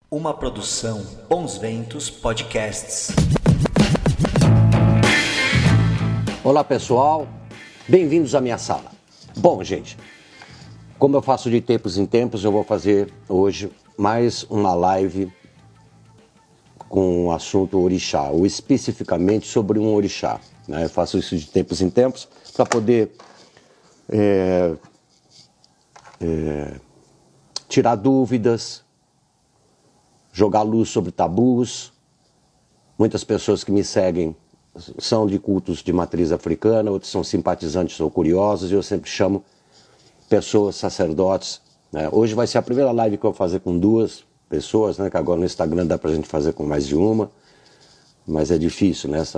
Uma produção Bons Ventos Podcasts. Olá pessoal, bem-vindos à minha sala. Bom, gente, como eu faço de tempos em tempos, eu vou fazer hoje mais uma live com o assunto orixá, ou especificamente sobre um orixá, né? Eu faço isso de tempos em tempos para poder tirar dúvidas, jogar luz sobre tabus. Muitas pessoas que me seguem são de cultos de matriz africana, outros são simpatizantes ou curiosos, e eu sempre chamo pessoas, sacerdotes, né? Hoje vai ser a primeira live que eu vou fazer com duas pessoas, né? Que agora no Instagram dá pra gente fazer com mais de uma, mas é difícil, né?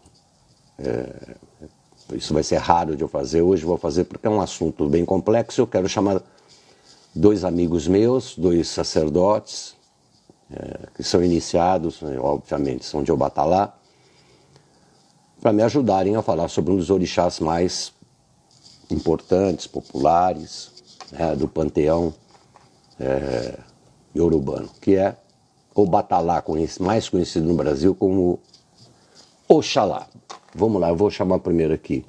Isso vai ser raro de eu fazer. Hoje eu vou fazer porque é um assunto bem complexo. Eu quero chamar dois amigos meus, dois sacerdotes, que são iniciados, obviamente, são de Obatalá, para me ajudarem a falar sobre um dos orixás mais importantes, populares, do panteão iorubano, que é Obatalá, mais conhecido no Brasil como Oxalá. Vamos lá, eu vou chamar primeiro aqui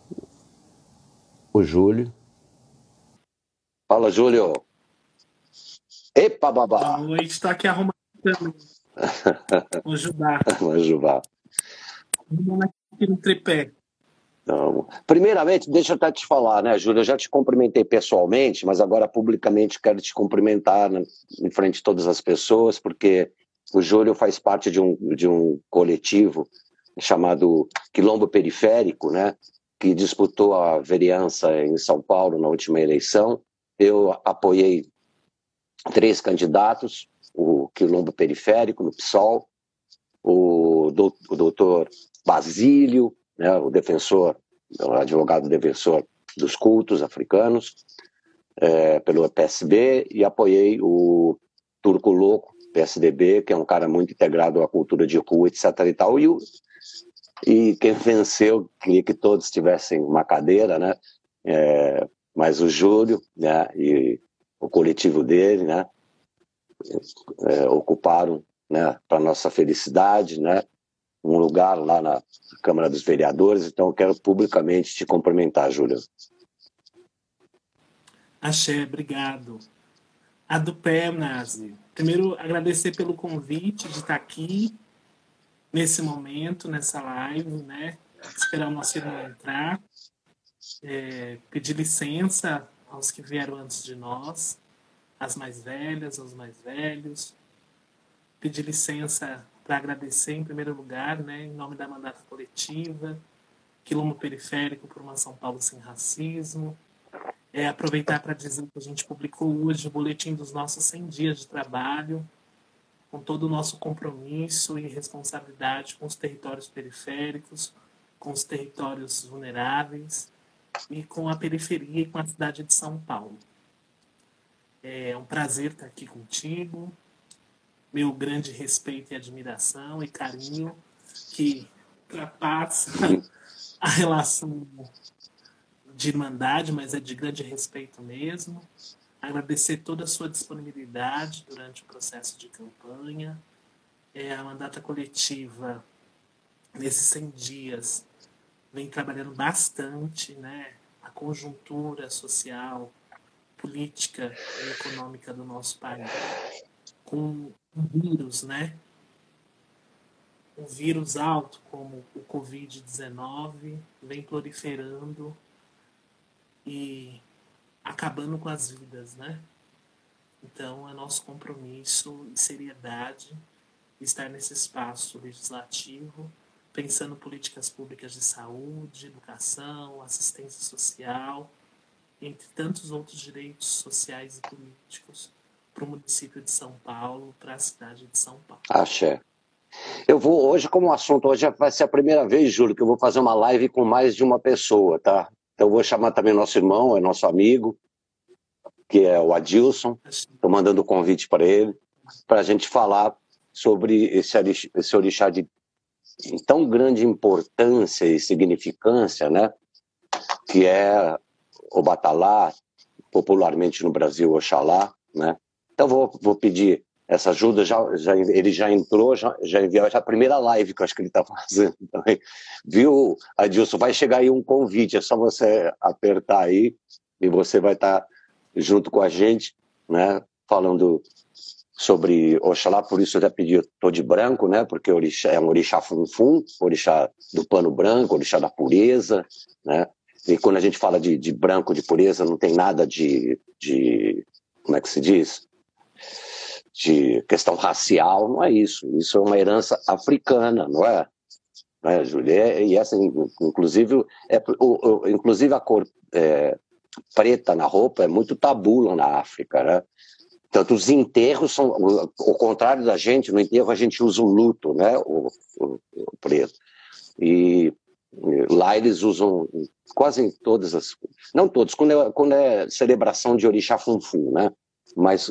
o Júlio. Fala, Júlio. Epa, babá. Boa noite, está aqui arrumando também. Vou ajudar. Vou ajudar. Vamos aqui no tripé. Então, primeiramente, deixa eu até te falar, né, Júlio? Eu já te cumprimentei pessoalmente, mas agora publicamente quero te cumprimentar, né, em frente de todas as pessoas, porque o Júlio faz parte de um coletivo chamado Quilombo Periférico, né, que disputou a vereança em São Paulo na última eleição. Eu apoiei 3 candidatos, o Quilombo Periférico, no PSOL, o doutor Basílio, né, o advogado defensor dos cultos africanos, pelo PSB, e apoiei o Turco Louco, PSDB, que é um cara muito integrado à cultura de rua, etc. e tal, e quem venceu, queria que todos tivessem uma cadeira, né, mas o Júlio, né, e o coletivo dele, né, ocuparam, né, para nossa felicidade, né, um lugar lá na Câmara dos Vereadores. Então eu quero publicamente te cumprimentar, Júlio. Axé, obrigado. A do pé, Nazi. Primeiro, agradecer pelo convite de estar aqui nesse momento, nessa live, né? Esperar o nosso irmão entrar. Pedir licença aos que vieram antes de nós, às mais velhas, aos mais velhos. Pedir licença para agradecer, em primeiro lugar, né, em nome da Mandata Coletiva, Quilombo Periférico por uma São Paulo sem racismo. Aproveitar para dizer que a gente publicou hoje o boletim dos nossos 100 dias de trabalho, com todo o nosso compromisso e responsabilidade com os territórios periféricos, com os territórios vulneráveis e com a periferia e com a cidade de São Paulo. É um prazer estar aqui contigo. Meu grande respeito e admiração e carinho que ultrapassa a relação de irmandade, mas é de grande respeito mesmo. Agradecer toda a sua disponibilidade durante o processo de campanha. A Mandata Coletiva, nesses 100 dias, vem trabalhando bastante, né, a conjuntura social, política e econômica do nosso país, com um vírus, né? Um vírus alto como o Covid-19 vem proliferando e acabando com as vidas, né? Então é nosso compromisso e seriedade estar nesse espaço legislativo, pensando políticas públicas de saúde, educação, assistência social, entre tantos outros direitos sociais e políticos para o município de São Paulo, para a cidade de São Paulo. Axé. Eu vou hoje, como assunto, hoje vai ser a primeira vez, Júlio, que eu vou fazer uma live com mais de uma pessoa, tá? Então eu vou chamar também nosso irmão, nosso amigo, que é o Adilson. Estou mandando o convite para ele, para a gente falar sobre esse orixá de tão grande importância e significância, né? Que é Obatalá, popularmente no Brasil, Oxalá, né? Então vou pedir essa ajuda, ele já entrou, já enviou a primeira live que eu acho que ele está fazendo também. Viu, Adilson? Vai chegar aí um convite, é só você apertar aí e você vai estar junto com a gente, né? Falando sobre Oxalá, por isso eu já pedi, estou de branco, né? Porque orixá, é um orixá funfun, orixá do pano branco, orixá da pureza, né? E quando a gente fala de branco, de pureza, não tem nada de como é que se diz? De questão racial, não é isso. Isso é uma herança africana, não é? Não é, Júlia? E essa, inclusive, inclusive a cor preta na roupa é muito tabu lá na África, né? Tanto os enterros são, ao contrário da gente, no enterro a gente usa o luto, né? O preto. E lá eles usam quase em todas as... Não todos, quando é celebração de orixá funfun, né? Mas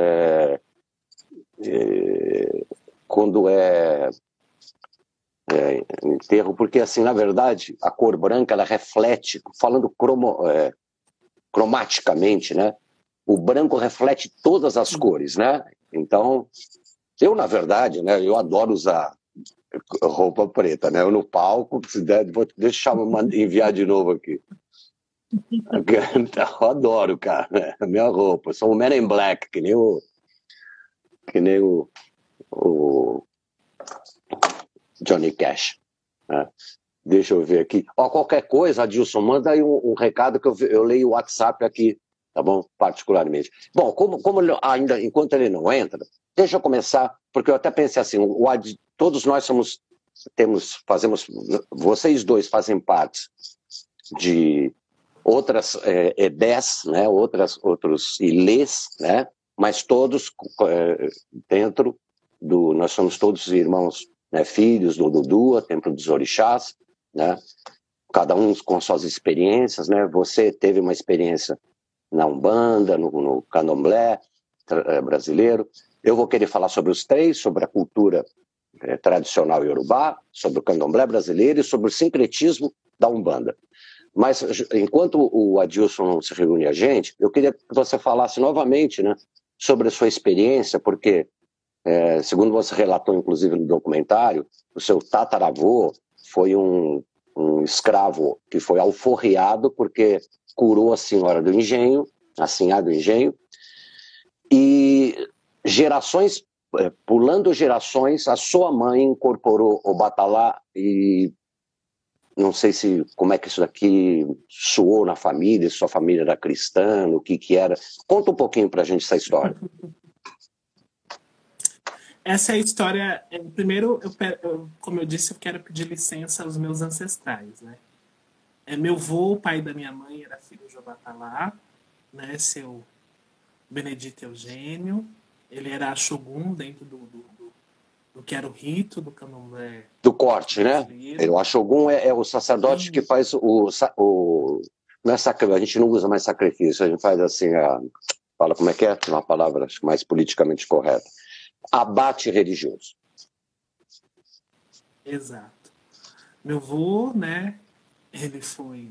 quando é enterro, porque assim, na verdade, a cor branca, ela reflete, falando cromaticamente, né? O branco reflete todas as cores, né? Então, eu, na verdade, né, eu adoro usar roupa preta, né? Eu no palco, se der, deixa eu enviar de novo aqui. Eu adoro, cara, né? A minha roupa. Eu sou um Man in Black, que nem o Johnny Cash, né? Deixa eu ver aqui. Qualquer coisa, Adilson, manda aí um recado que eu leio o WhatsApp aqui, tá bom? Particularmente. Bom, como ainda, enquanto ele não entra, deixa eu começar, porque eu até pensei assim, todos nós vocês dois fazem parte de outras EBS, né? Outros ilês, né? Mas todos dentro nós somos todos irmãos, né, filhos do Dudu, Templo dos Orixás, né? Cada um com suas experiências, né? Você teve uma experiência na Umbanda, no Candomblé brasileiro. Eu vou querer falar sobre os três, sobre a cultura tradicional iorubá, sobre o Candomblé brasileiro e sobre o sincretismo da Umbanda. Mas enquanto o Adilson não se reúne a gente, eu queria que você falasse novamente, né, sobre a sua experiência, porque segundo você relatou, inclusive, no documentário, o seu tataravô foi um escravo que foi alforriado porque curou a senhora do engenho, a sinhá do engenho, e gerações, pulando gerações, a sua mãe incorporou o batalá e não sei como é que isso daqui soou na família, se sua família era cristã, o que era. Conta um pouquinho pra gente essa história. Essa é a história. Primeiro, como eu disse, eu quero pedir licença aos meus ancestrais, né? Meu avô, o pai da minha mãe, era filho de Obatalá, né? Seu Benedito Eugênio. Ele era Shogun dentro do que era o rito do Candomblé. Do corte, brasileiro, né? O Shogun é o sacerdote que faz não é a gente não usa mais sacrifício, a gente faz assim, fala como é que é? Uma palavra mais politicamente correta. Abate religioso. Exato. Meu avô, né, ele foi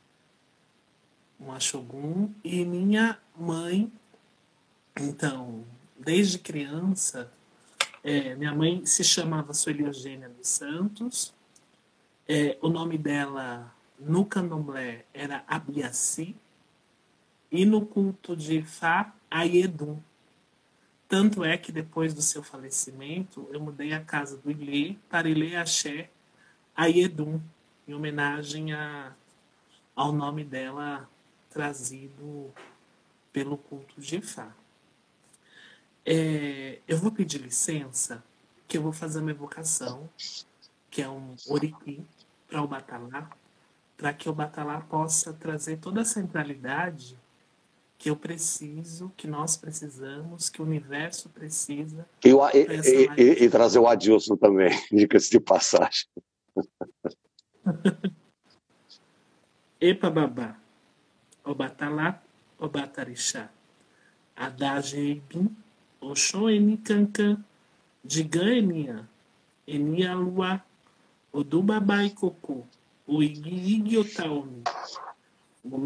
um Axogum e minha mãe, então, desde criança, minha mãe se chamava Sueli Eugênia dos Santos, o nome dela no Candomblé era Abiaci e no culto de Fá, Ayedum. Tanto é que depois do seu falecimento, eu mudei a casa do Ilê para Ilê Axé Ayedum, em homenagem ao nome dela trazido pelo culto de Ifá. Eu vou pedir licença, que eu vou fazer uma evocação, que é um oriqui, para o Batalá, para que o Batalá possa trazer toda a centralidade que eu preciso, que nós precisamos, que o universo precisa. E trazer o Adilson também, diga-se de passagem. Epa babá, Obatalá, Obatarixá, Adajeibim, Oxô Enicancan, Digã Enia, Enialua, Odubabá e Cocô, Oigui Otaomi,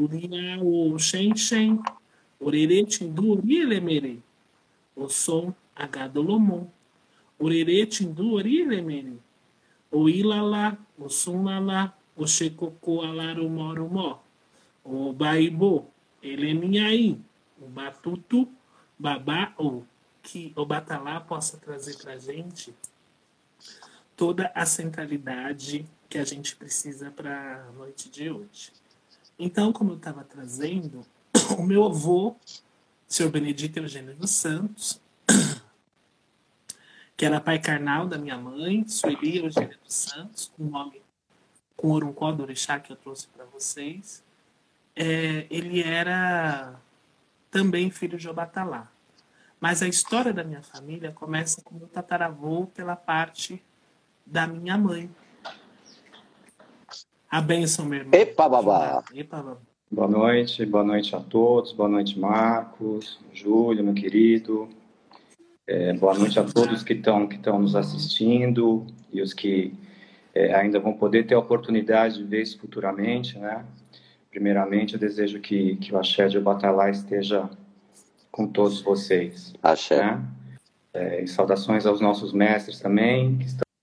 Uria o Xen, Orere Tindu, Ielemere, O som agadolomon, orerê tindu orilemene, o ilala, o sunlala, o xecocô alarumorumó, o baibo, eleninhaí, o batutu, babá, ou que o batalá possa trazer pra gente toda a centralidade que a gente precisa para a noite de hoje. Então, como eu estava trazendo, o meu avô, Sr. Benedito Eugênio dos Santos, que era pai carnal da minha mãe, Sueli Eugênio dos Santos, com o nome com o Oruncó do Orixá que eu trouxe para vocês, ele era também filho de Obatalá. Mas a história da minha família começa com o meu tataravô pela parte da minha mãe. A bênção, meu irmão. Epa, babá. Epa, babá. Boa noite a todos, boa noite, Marcos, Júlio, meu querido. Boa noite a todos que estão nos assistindo e os que ainda vão poder ter a oportunidade de ver isso futuramente, né? Primeiramente, eu desejo que o axé de Obatalá esteja com todos vocês. Axé. Né? E saudações aos nossos mestres também, que estão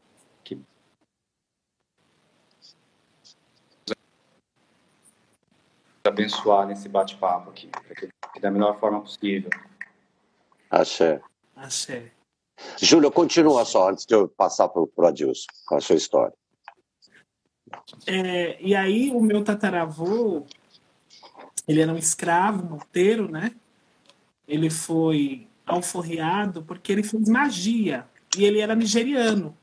abençoar nesse bate-papo aqui, da melhor forma possível. Axé. Axé. Júlio, continua só, antes de eu passar para o Adilson, com a sua história. E aí, o meu tataravô, ele era um escravo monteiro, né? Ele foi alforriado porque ele fez magia. E ele era nigeriano.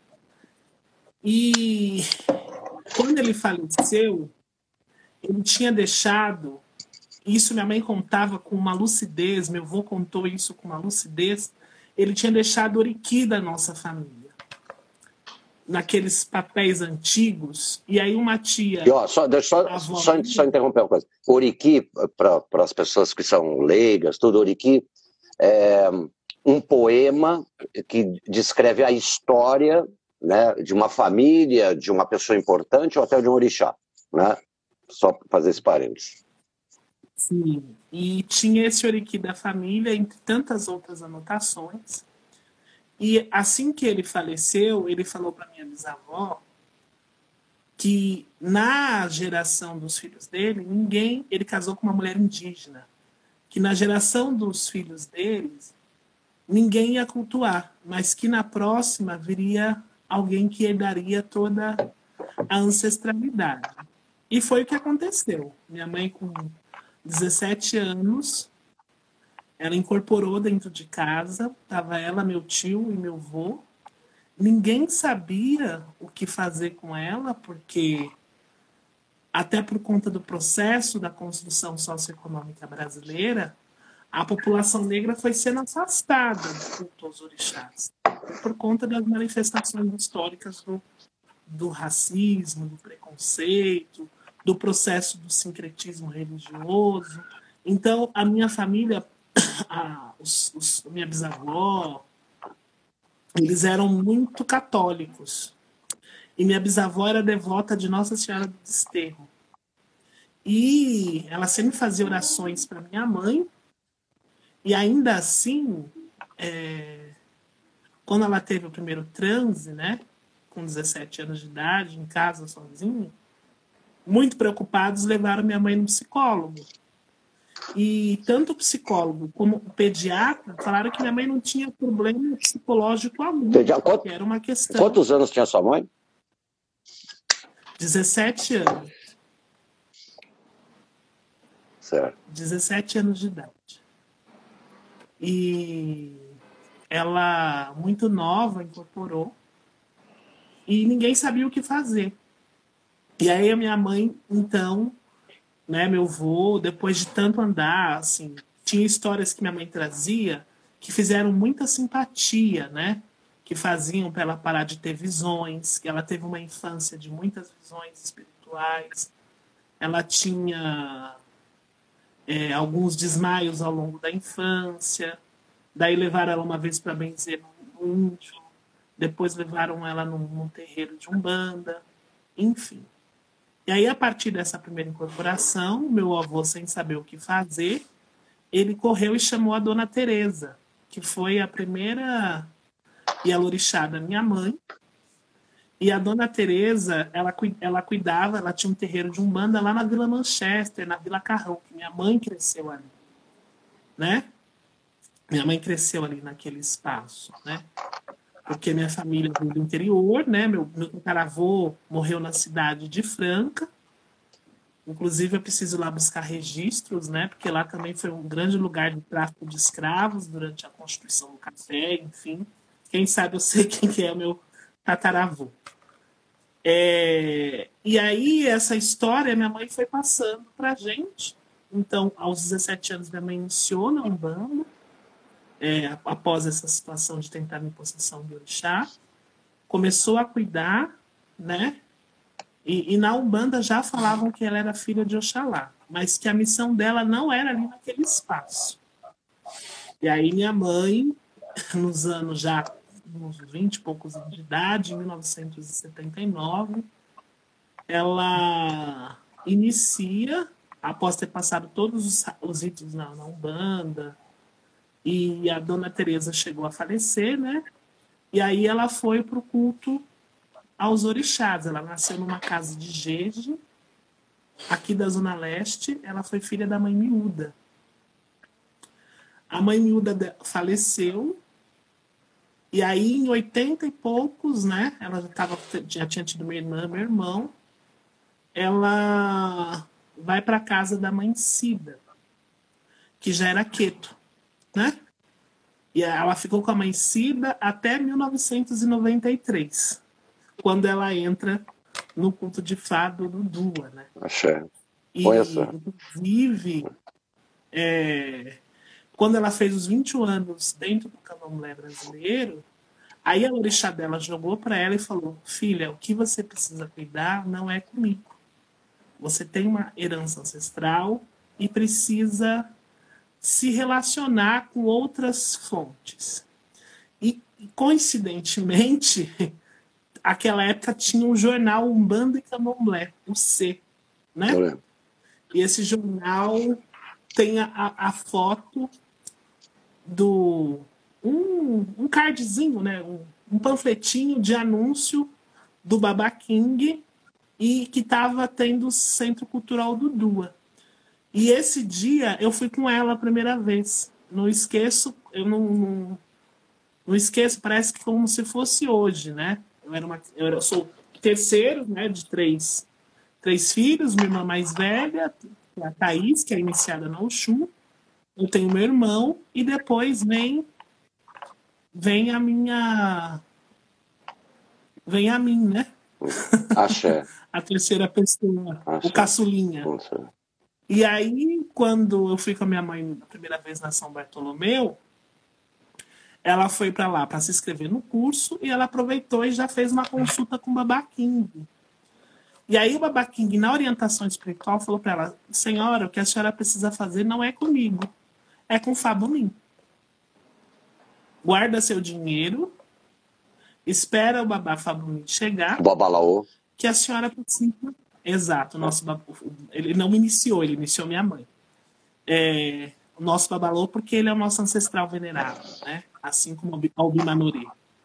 E quando ele faleceu, ele tinha deixado... Isso minha mãe contava com uma lucidez, meu avô contou isso com uma lucidez. Ele tinha deixado o oriqui da nossa família, naqueles papéis antigos. E aí uma tia... E, ó, só interromper uma coisa. Oriqui, para as pessoas que são leigas, tudo, Oriqui é um poema que descreve a história, né, de uma família, de uma pessoa importante ou até de um orixá, né? Só para fazer esse parênteses. Sim, e tinha esse oriqui da família, entre tantas outras anotações. E assim que ele faleceu, ele falou para minha bisavó que na geração dos filhos dele, ele casou com uma mulher indígena, que na geração dos filhos deles, ninguém ia cultuar, mas que na próxima viria alguém que herdaria toda a ancestralidade. E foi o que aconteceu. Minha mãe, com 17 anos, ela incorporou dentro de casa, estava ela, meu tio e meu avô. Ninguém sabia o que fazer com ela, porque até por conta do processo da construção socioeconômica brasileira, a população negra foi sendo afastada do culto aos orixás, por conta das manifestações históricas do racismo, do preconceito, do processo do sincretismo religioso. Então, a minha família, minha bisavó, eles eram muito católicos. E minha bisavó era devota de Nossa Senhora do Desterro. E ela sempre fazia orações para minha mãe. E ainda assim, quando ela teve o primeiro transe, né, com 17 anos de idade, em casa, sozinha, muito preocupados, levaram minha mãe no psicólogo. E tanto o psicólogo como o pediatra falaram que minha mãe não tinha problema psicológico algum. Que era uma questão. Quantos anos tinha sua mãe? 17 anos. Certo. 17 anos de idade. E ela, muito nova, incorporou. E ninguém sabia o que fazer. E aí a minha mãe, então, né, meu avô, depois de tanto andar, assim, tinha histórias que minha mãe trazia que fizeram muita simpatia, né? Que faziam para ela parar de ter visões, que ela teve uma infância de muitas visões espirituais. Ela tinha alguns desmaios ao longo da infância. Daí levaram ela uma vez para benzer num índio. Depois levaram ela num terreiro de Umbanda. Enfim. E aí, a partir dessa primeira incorporação, meu avô, sem saber o que fazer, ele correu e chamou a Dona Teresa, que foi a primeira Ialorixá da minha mãe. E a Dona Teresa, ela cuidava, ela tinha um terreiro de Umbanda lá na Vila Manchester, na Vila Carrão, que minha mãe cresceu ali, né? Minha mãe cresceu ali naquele espaço, né? Porque minha família veio do interior, né? Meu tataravô morreu na cidade de Franca. Inclusive, eu preciso lá buscar registros, né? Porque lá também foi um grande lugar de tráfico de escravos durante a Constituição do Café, enfim. Quem sabe eu sei quem que é o meu tataravô. E aí, essa história, minha mãe foi passando pra gente. Então, aos 17 anos, minha mãe iniciou na Umbanda, após essa situação de tentar me possessão de orixá. Começou a cuidar, né? E na Umbanda já falavam que ela era filha de Oxalá, mas que a missão dela não era ali naquele espaço. E aí minha mãe, nos anos já, uns 20 e poucos anos de idade, em 1979, ela inicia, após ter passado todos os ritos na Umbanda, e a Dona Teresa chegou a falecer, né? E aí ela foi para o culto aos orixás. Ela nasceu numa casa de Jeje, aqui da Zona Leste. Ela foi filha da mãe miúda. A mãe miúda faleceu, e aí em 80 e poucos, né? Ela já tinha tido minha irmã, meu irmão. Ela vai para a casa da mãe Cida, que já era queto, né? E ela ficou com a mãe Cida até 1993, quando ela entra no culto de fado do Dua, né? Axé. E, inclusive, quando ela fez os 21 anos dentro do candomblé brasileiro, aí a orixá dela jogou para ela e falou: filha, o que você precisa cuidar não é comigo. Você tem uma herança ancestral e precisa se relacionar com outras fontes. E coincidentemente, aquela época tinha um jornal Umbanda e Candomblé, o C, né? E esse jornal tem a foto do um cardzinho, né? Um panfletinho de anúncio do Baba King, e que estava tendo o Centro Cultural do Dua. E esse dia eu fui com ela a primeira vez. Não esqueço, não esqueço, parece que como se fosse hoje, né? Eu sou terceiro, né, de três filhos, minha irmã mais velha, a Thaís, que é iniciada na Oxum. Eu tenho meu irmão, e depois vem a minha... Vem a mim, né? Axé. A terceira pessoa, Axé. o caçulinha. Nossa. E aí, quando eu fui com a minha mãe a primeira vez na São Bartolomeu, ela foi para lá para se inscrever no curso, e ela aproveitou e já fez uma consulta com o Baba King. E aí o Baba King, na orientação espiritual, falou para ela: senhora, o que a senhora precisa fazer não é comigo, é com o Fabumim. Guarda seu dinheiro, espera o Babá Fabumim chegar, O Babalaô. que a senhora precisa... Exato, ele não me iniciou, ele iniciou minha mãe. O nosso Babalô, porque ele é o nosso ancestral venerável, né? Assim como o Albimanori.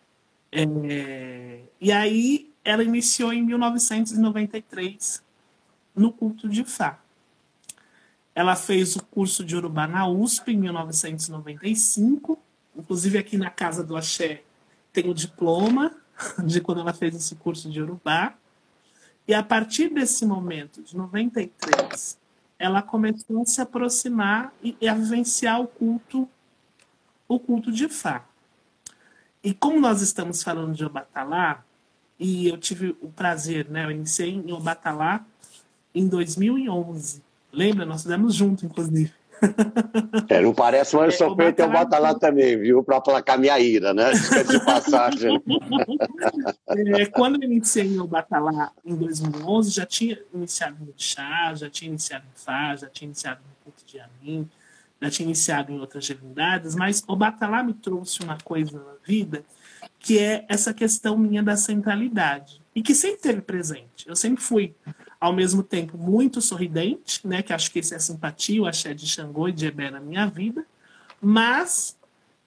E aí ela iniciou em 1993 no culto de Fá. Ela fez o curso de Urubá na USP em 1995, inclusive aqui na Casa do Axé tem o diploma de quando ela fez esse curso de Urubá. E a partir desse momento, de 93, ela começou a se aproximar e a vivenciar o culto de Fá. E como nós estamos falando de Obatalá, e eu tive o prazer, né? Eu iniciei em Obatalá em 2011. Lembra? Nós fizemos junto, inclusive. Não parece, mas eu sou feito em Obatalá também, viu? Para aplacar minha ira, né? De passagem. Quando eu iniciei em Obatalá em 2011, já tinha iniciado no Chá, já tinha iniciado em Fá, já tinha iniciado no culto de Amin, já tinha iniciado em outras divindades, mas Obatalá me trouxe uma coisa na vida, que é essa questão minha da centralidade, e que sempre teve presente. Eu sempre fui, ao mesmo tempo, muito sorridente, né, que acho que esse é a simpatia, o axé de Xangô e de Ebé na minha vida, mas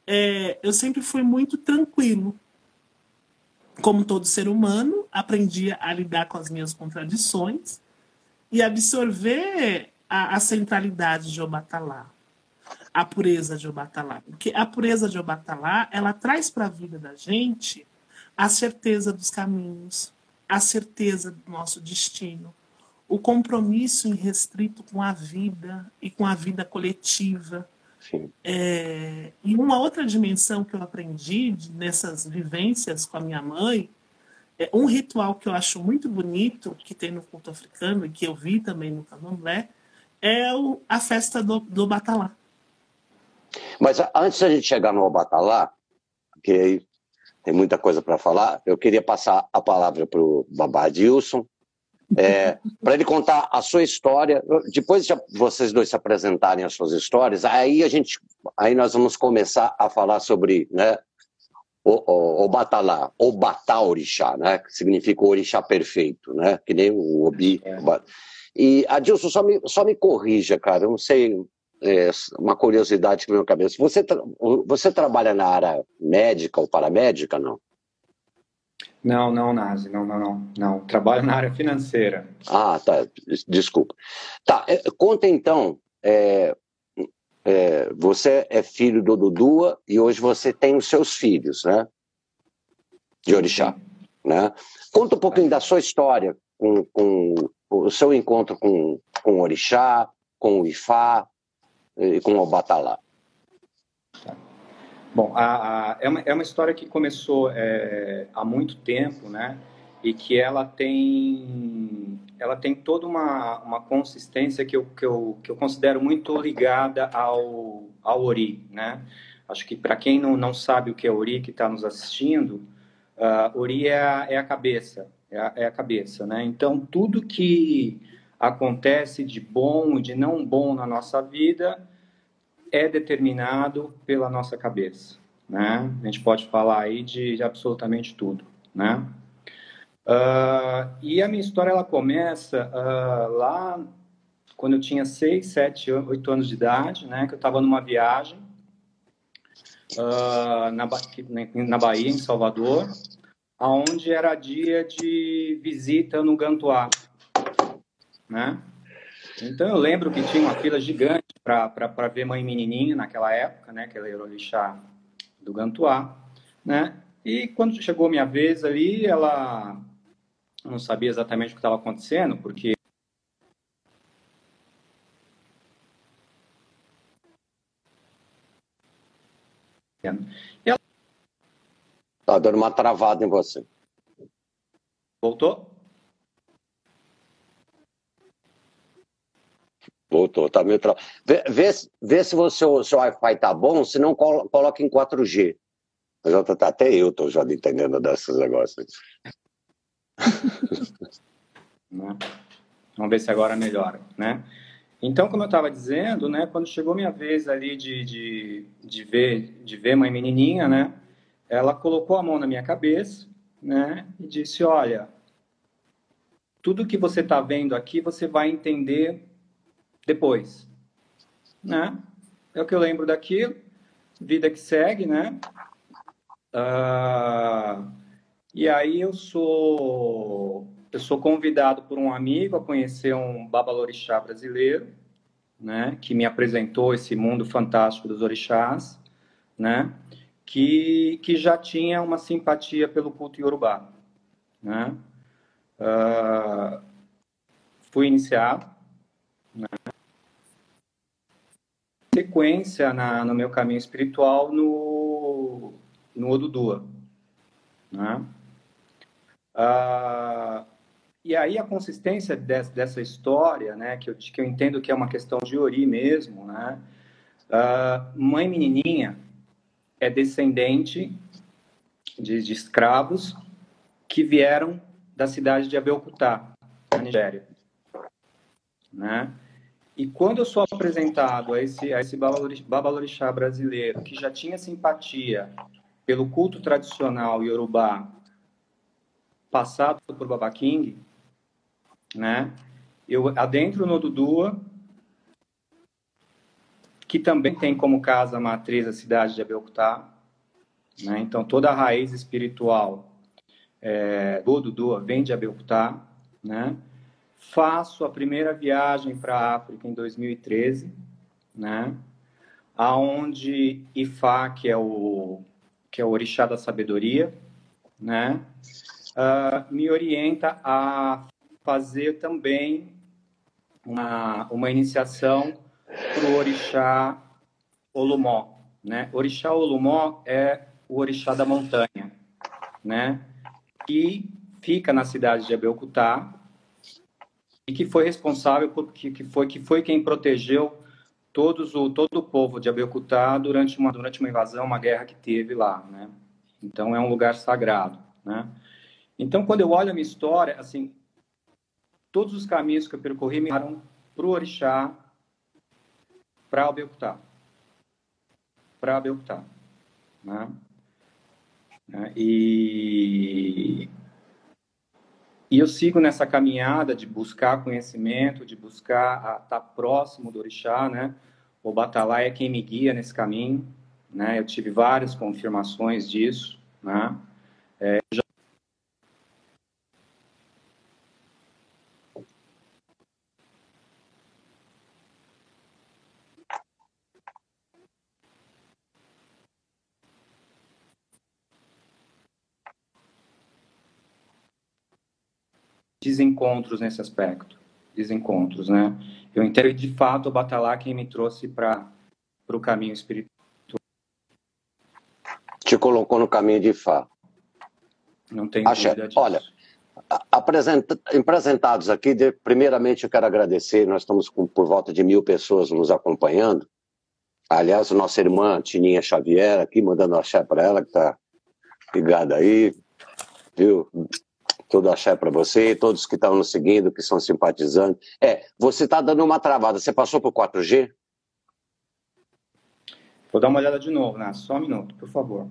eu sempre fui muito tranquilo. Como todo ser humano, aprendi a lidar com as minhas contradições e absorver a centralidade de Obatalá, a pureza de Obatalá. Porque a pureza de Obatalá, ela traz para a vida da gente a certeza dos caminhos, a certeza do nosso destino, o compromisso irrestrito com a vida e com a vida coletiva. Sim. E uma outra dimensão que eu aprendi nessas vivências com a minha mãe, um ritual que eu acho muito bonito, que tem no culto africano e que eu vi também no candomblé, é a festa do Batalá. Mas antes da gente chegar no Obatalá, que aí tem muita coisa para falar, eu queria passar a palavra para o Baba Adilson, para ele contar a sua história. Depois de vocês dois se apresentarem as suas histórias, aí nós vamos começar a falar sobre, né, o Batalá, o Batá Orixá, né, que significa o orixá perfeito, né, que nem o Obi. E, Adilson, só me corrija, cara, eu não sei, uma curiosidade que veio na cabeça. Você trabalha na área médica ou paramédica, não? Não, Nazi, não. Trabalho na área financeira. Ah, tá, desculpa. Tá, conta então, você é filho do Dudua e hoje você tem os seus filhos, né? De orixá, né? Conta um pouquinho da sua história com o seu encontro com o orixá, com o Ifá e com o Batalá. Bom, é uma história que começou há muito tempo, né? E que ela tem toda uma consistência que eu considero muito ligada ao Ori, né? Acho que para quem não sabe o que é Ori, que está nos assistindo, Ori é a cabeça, é a cabeça, né? Então, tudo que acontece de bom e de não bom na nossa vida é determinado pela nossa cabeça, né? A gente pode falar aí de absolutamente tudo, né? E a minha história, ela começa lá quando eu tinha 6, 7, 8 anos de idade, né? Que eu estava numa viagem na Bahia, em Salvador, aonde era dia de visita no Gantuá, né? Então eu lembro que tinha uma fila gigante para ver Mãe Menininha naquela época, né? Que ela era orixá do Gantuá, né? E quando chegou minha vez ali, ela não sabia exatamente o que estava acontecendo, porque e ela Tá dando uma travada em você. voltou. Voltou, tá meio travado. Vê se o seu Wi-Fi tá bom, se não coloca em 4G. Até eu tô já entendendo desses negócios. Né? Vamos ver se agora melhora, né? Então, como eu estava dizendo, né, quando chegou minha vez ali de ver Mãe Menininha, né, ela colocou a mão na minha cabeça, né, e disse: olha, tudo que você está vendo aqui, você vai entender depois, né? É o que eu lembro daquilo, vida que segue, né? E aí eu sou convidado por um amigo a conhecer um babalorixá brasileiro, né, que me apresentou esse mundo fantástico dos orixás, né, que já tinha uma simpatia pelo culto iorubá, né. Fui iniciado, né, sequência no meu caminho espiritual no Odudua, né. E aí a consistência dessa história, né, que eu entendo que é uma questão de Ori mesmo, né, Mãe Menininha é descendente de escravos que vieram da cidade de Abeokuta, na Nigéria, né? E quando eu sou apresentado a esse babalorixá brasileiro, que já tinha simpatia pelo culto tradicional iorubá passado por Baba King, né? Eu adentro no Odudua que também tem como casa matriz a cidade de Abeokuta, né? Então, toda a raiz espiritual do Oduduwa vem de Abeokuta, né? Faço a primeira viagem para a África em 2013, né? Aonde Ifá, que é o orixá da sabedoria, né? Me orienta a fazer também uma iniciação para o orixá Olumó, né? Orixá Olumó é o orixá da montanha, né? Que fica na cidade de Abeokuta e que foi responsável que foi quem protegeu todo o povo de Abeokuta durante uma invasão, uma guerra que teve lá, né? Então é um lugar sagrado, né? Então, quando eu olho a minha história, assim, todos os caminhos que eu percorri me levaram para o orixá, para Abeokuta, né? E eu sigo nessa caminhada de buscar conhecimento, de buscar estar próximo do orixá, né? O Batalá é quem me guia nesse caminho, né? Eu tive várias confirmações disso, né? Desencontros nesse aspecto, né? Eu entendo de fato o Batalá quem me trouxe para o caminho espiritual. Te colocou no caminho de Ifá. Não tenho dúvida disso. Olha, apresentados aqui, primeiramente eu quero agradecer, nós estamos por volta de 1.000 pessoas nos acompanhando. Aliás, nossa irmã Tininha Xavier aqui, mandando axé para ela, que está ligada aí, viu? Todo axé para você, todos que estão nos seguindo, que são simpatizantes. Você está dando uma travada, você passou por 4G? Vou dar uma olhada de novo, né? Só um minuto, por favor.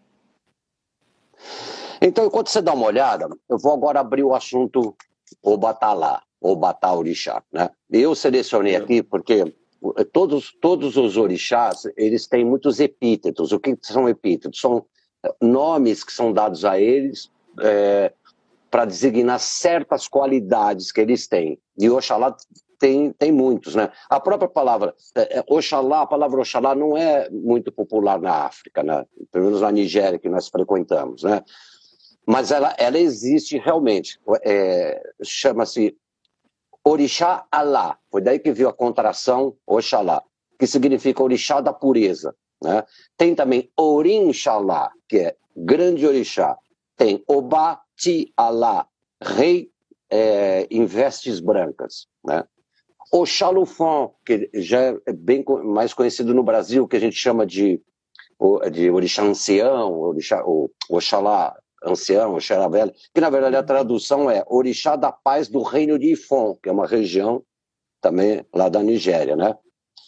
Então, enquanto você dá uma olhada, eu vou agora abrir o assunto Obatalá, Obatá Orixá, né? Eu selecionei aqui porque todos os orixás, eles têm muitos epítetos. O que são epítetos? São nomes que são dados a eles para designar certas qualidades que eles têm. E Oxalá tem muitos, né? A própria palavra Oxalá, a palavra Oxalá não é muito popular na África, né? Pelo menos na Nigéria, que nós frequentamos, né? Mas ela existe realmente. Chama-se Orixá Alá. Foi daí que veio a contração Oxalá, que significa orixá da pureza, né? Tem também Orinxalá, que é grande orixá. Tem Obati Alá, rei em vestes brancas, né? Oxalufon, que já é bem mais conhecido no Brasil, que a gente chama de orixá ancião, Oxalá ancião, Oxalá velho, que na verdade a tradução é orixá da paz do reino de Ifon, que é uma região também lá da Nigéria, né?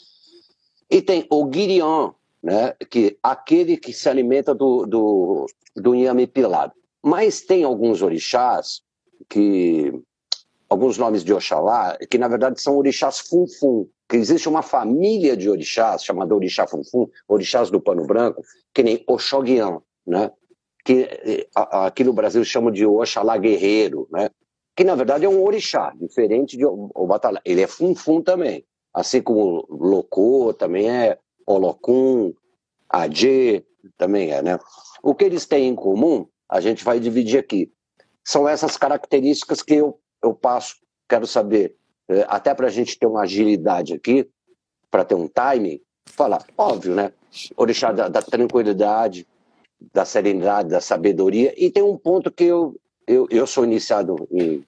E tem o Guirion, né, que aquele que se alimenta do inhame pilado. Mas tem alguns orixás, alguns nomes de Oxalá, que na verdade são orixás funfun, que existe uma família de orixás, chamada orixá funfun, orixás do pano branco, que nem Oxoguian, né, que aqui no Brasil chamam de Oxalá guerreiro, né, que na verdade é um orixá, diferente de Obatalá. Ele é funfun também, assim como Locô também é, Olocum, Adê também é, né. O que eles têm em comum, a gente vai dividir aqui. São essas características que eu quero saber, até para a gente ter uma agilidade aqui, para ter um timing, falar, óbvio, né? Orixá da tranquilidade, da serenidade, da sabedoria, e tem um ponto que eu sou iniciado em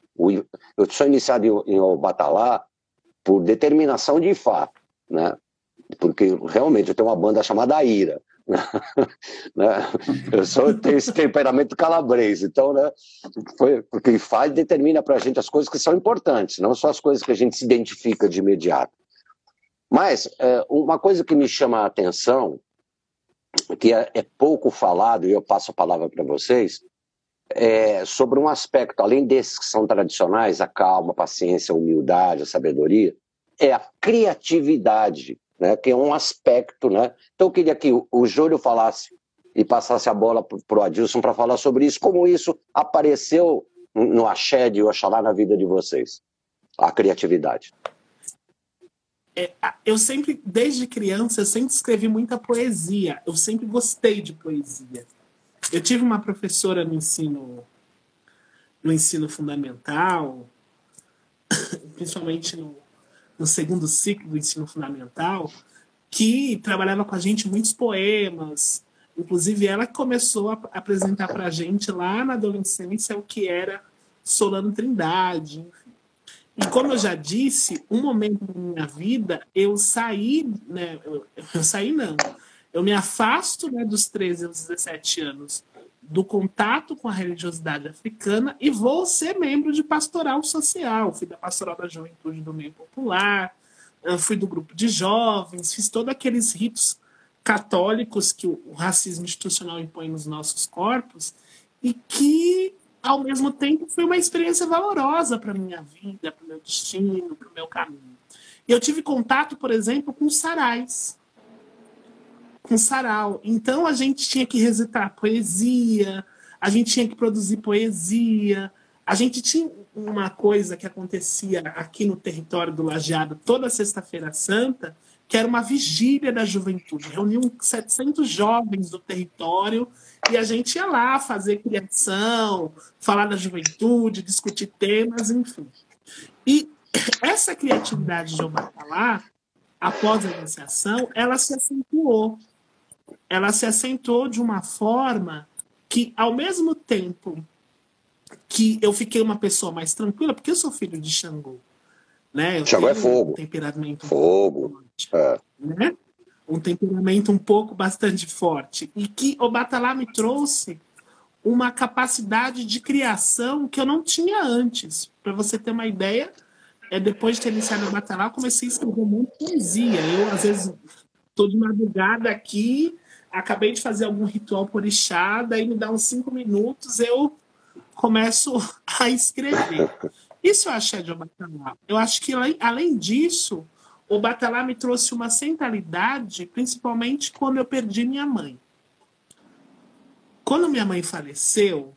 Obatalá por determinação de Ifá, né? Porque realmente eu tenho uma banda chamada Ira, né? Eu tenho esse temperamento calabrês, então, né, porque Ifá determina para a gente as coisas que são importantes, não só as coisas que a gente se identifica de imediato. Mas uma coisa que me chama a atenção, que é pouco falado, e eu passo a palavra para vocês, sobre um aspecto, além desses que são tradicionais, a calma, a paciência, a humildade, a sabedoria, é a criatividade né, que é um aspecto, né? Então eu queria que o Júlio falasse e passasse a bola para o Adilson para falar sobre isso, como isso apareceu no Axé de Oxalá na vida de vocês, a criatividade. Eu sempre, desde criança, eu sempre escrevi muita poesia, eu sempre gostei de poesia. Eu tive uma professora no ensino fundamental, principalmente no segundo ciclo do ensino fundamental, que trabalhava com a gente muitos poemas. Inclusive, ela começou a apresentar para a gente lá na adolescência o que era Solano Trindade. E como eu já disse, um momento da minha vida, eu saí, né? Eu saí não. Eu me afasto, né, dos 13 aos 17 anos do contato com a religiosidade africana e vou ser membro de pastoral social. Fui da pastoral da juventude do meio popular, fui do grupo de jovens, fiz todos aqueles ritos católicos que o racismo institucional impõe nos nossos corpos e que, ao mesmo tempo, foi uma experiência valorosa para a minha vida, para o meu destino, para o meu caminho. E eu tive contato, por exemplo, com sarais, com sarau. Então, a gente tinha que recitar poesia, a gente tinha que produzir poesia, a gente tinha uma coisa que acontecia aqui no território do Lajeado toda sexta-feira santa, que era uma vigília da juventude. Reuniam 700 jovens do território e a gente ia lá fazer criação, falar da juventude, discutir temas, enfim. E essa criatividade de Obatalá, após a iniciação, ela se acentuou. Ela se acentuou de uma forma que, ao mesmo tempo que eu fiquei uma pessoa mais tranquila, porque eu sou filho de Xangô, né? Xangô é fogo. Um temperamento fogo. Forte, né? Um temperamento um pouco bastante forte. E que Obatalá me trouxe uma capacidade de criação que eu não tinha antes. Para você ter uma ideia, depois de ter iniciado Obatalá, eu comecei a escrever muita poesia. Eu, às vezes, estou de madrugada aqui, acabei de fazer algum ritual por orixá, daí me dá uns 5 minutos, eu começo a escrever. Isso eu achei de Obatalá. Eu acho que, além disso, Obatalá me trouxe uma centralidade, principalmente quando eu perdi minha mãe. Quando minha mãe faleceu,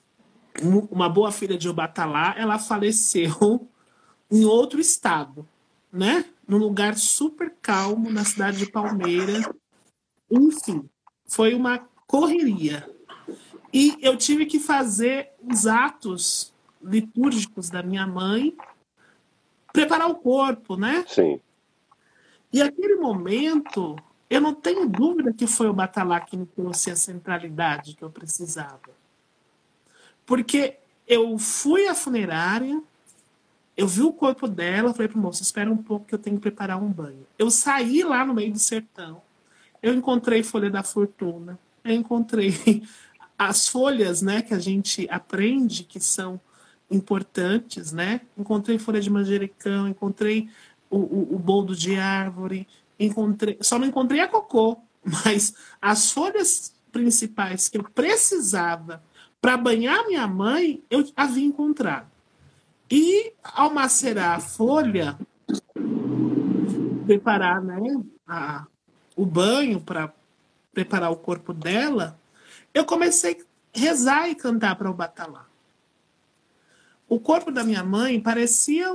uma boa filha de Obatalá, ela faleceu em outro estado, né? Num lugar super calmo, na cidade de Palmeiras. Enfim, foi uma correria. E eu tive que fazer os atos litúrgicos da minha mãe, preparar o corpo, né? Sim. E aquele momento, eu não tenho dúvida que foi o Obatalá que me trouxe a centralidade que eu precisava. Porque eu fui à funerária, eu vi o corpo dela, falei para o moço, espera um pouco que eu tenho que preparar um banho. Eu saí lá no meio do sertão, eu encontrei folha da fortuna, eu encontrei as folhas, né, que a gente aprende que são importantes, né? Encontrei folha de manjericão, encontrei o boldo de árvore, só não encontrei a cocô, mas as folhas principais que eu precisava para banhar minha mãe, eu havia encontrado. E ao macerar a folha, preparar, né, o banho para preparar o corpo dela, eu comecei a rezar e cantar para o Obatalá. O corpo da minha mãe parecia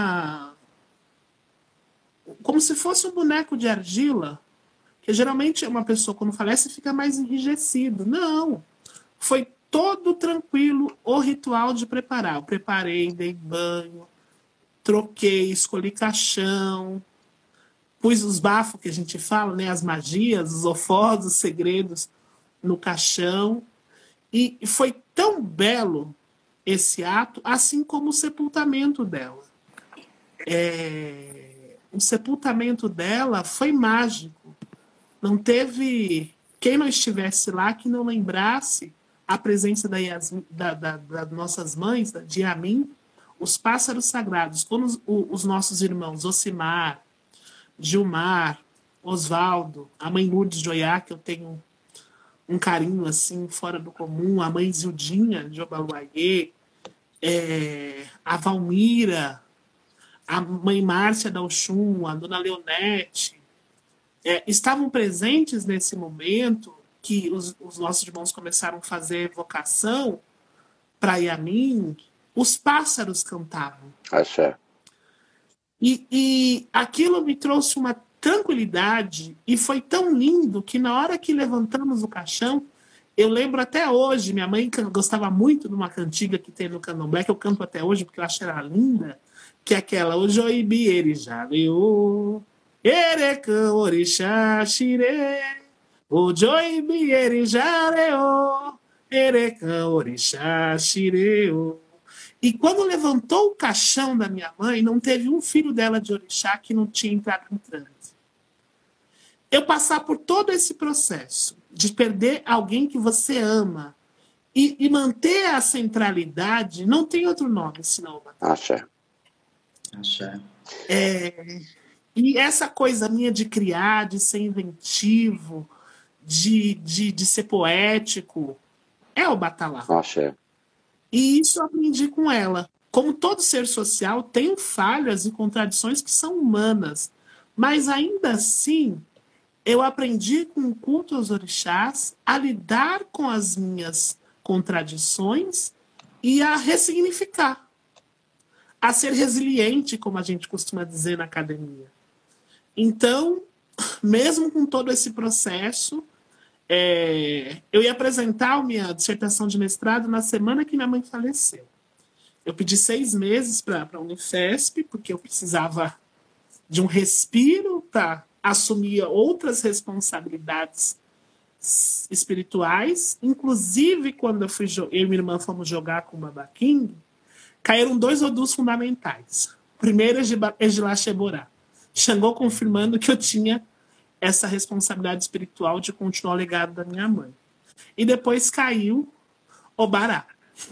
como se fosse um boneco de argila, que geralmente uma pessoa, quando falece, fica mais enrijecido. Não, foi todo tranquilo o ritual de preparar. Eu preparei, dei banho, troquei, escolhi caixão, pus os bafos que a gente fala, né, as magias, os ofós, os segredos no caixão. E foi tão belo esse ato, assim como o sepultamento dela. O sepultamento dela foi mágico. Não teve quem não estivesse lá que não lembrasse a presença das nossas mães, de Yamin, os pássaros sagrados, como os nossos irmãos Ocimar, Gilmar, Osvaldo, a mãe Lourdes de Oiá, que eu tenho um carinho assim fora do comum, a mãe Zildinha de Obaluayê, a Valmira, a mãe Márcia da Oxum, a dona Leonete, estavam presentes nesse momento que os nossos irmãos começaram a fazer vocação para Yamin, os pássaros cantavam. Axé. E aquilo me trouxe uma tranquilidade e foi tão lindo que na hora que levantamos o caixão, eu lembro até hoje, minha mãe gostava muito de uma cantiga que tem no Candomblé, que eu canto até hoje porque eu acho ela linda, que é aquela O Joibi Erijaleô, Erecã Orixá Xirê, O Joibi Erijaleô, Erecã Orixá Xirê. E quando levantou o caixão da minha mãe, não teve um filho dela de orixá que não tinha entrado em transe. Eu passar por todo esse processo de perder alguém que você ama e manter a centralidade, não tem outro nome senão Axé. Axé. E essa coisa minha de criar, de ser inventivo, de ser poético, é o Batalá. Axé. E isso eu aprendi com ela. Como todo ser social, tem falhas e contradições que são humanas. Mas ainda assim, eu aprendi com o culto aos orixás a lidar com as minhas contradições e a ressignificar. A ser resiliente, como a gente costuma dizer na academia. Então, mesmo com todo esse processo, eu ia apresentar a minha dissertação de mestrado na semana que minha mãe faleceu. Eu pedi 6 meses para a Unifesp, porque eu precisava de um respiro para assumir outras responsabilidades espirituais. Inclusive, quando eu e minha irmã fomos jogar com o Baba King, caíram 2 odus fundamentais. O primeiro é Egilá Sheborá. Xangô confirmando que eu tinha essa responsabilidade espiritual de continuar o legado da minha mãe. E depois caiu Obará,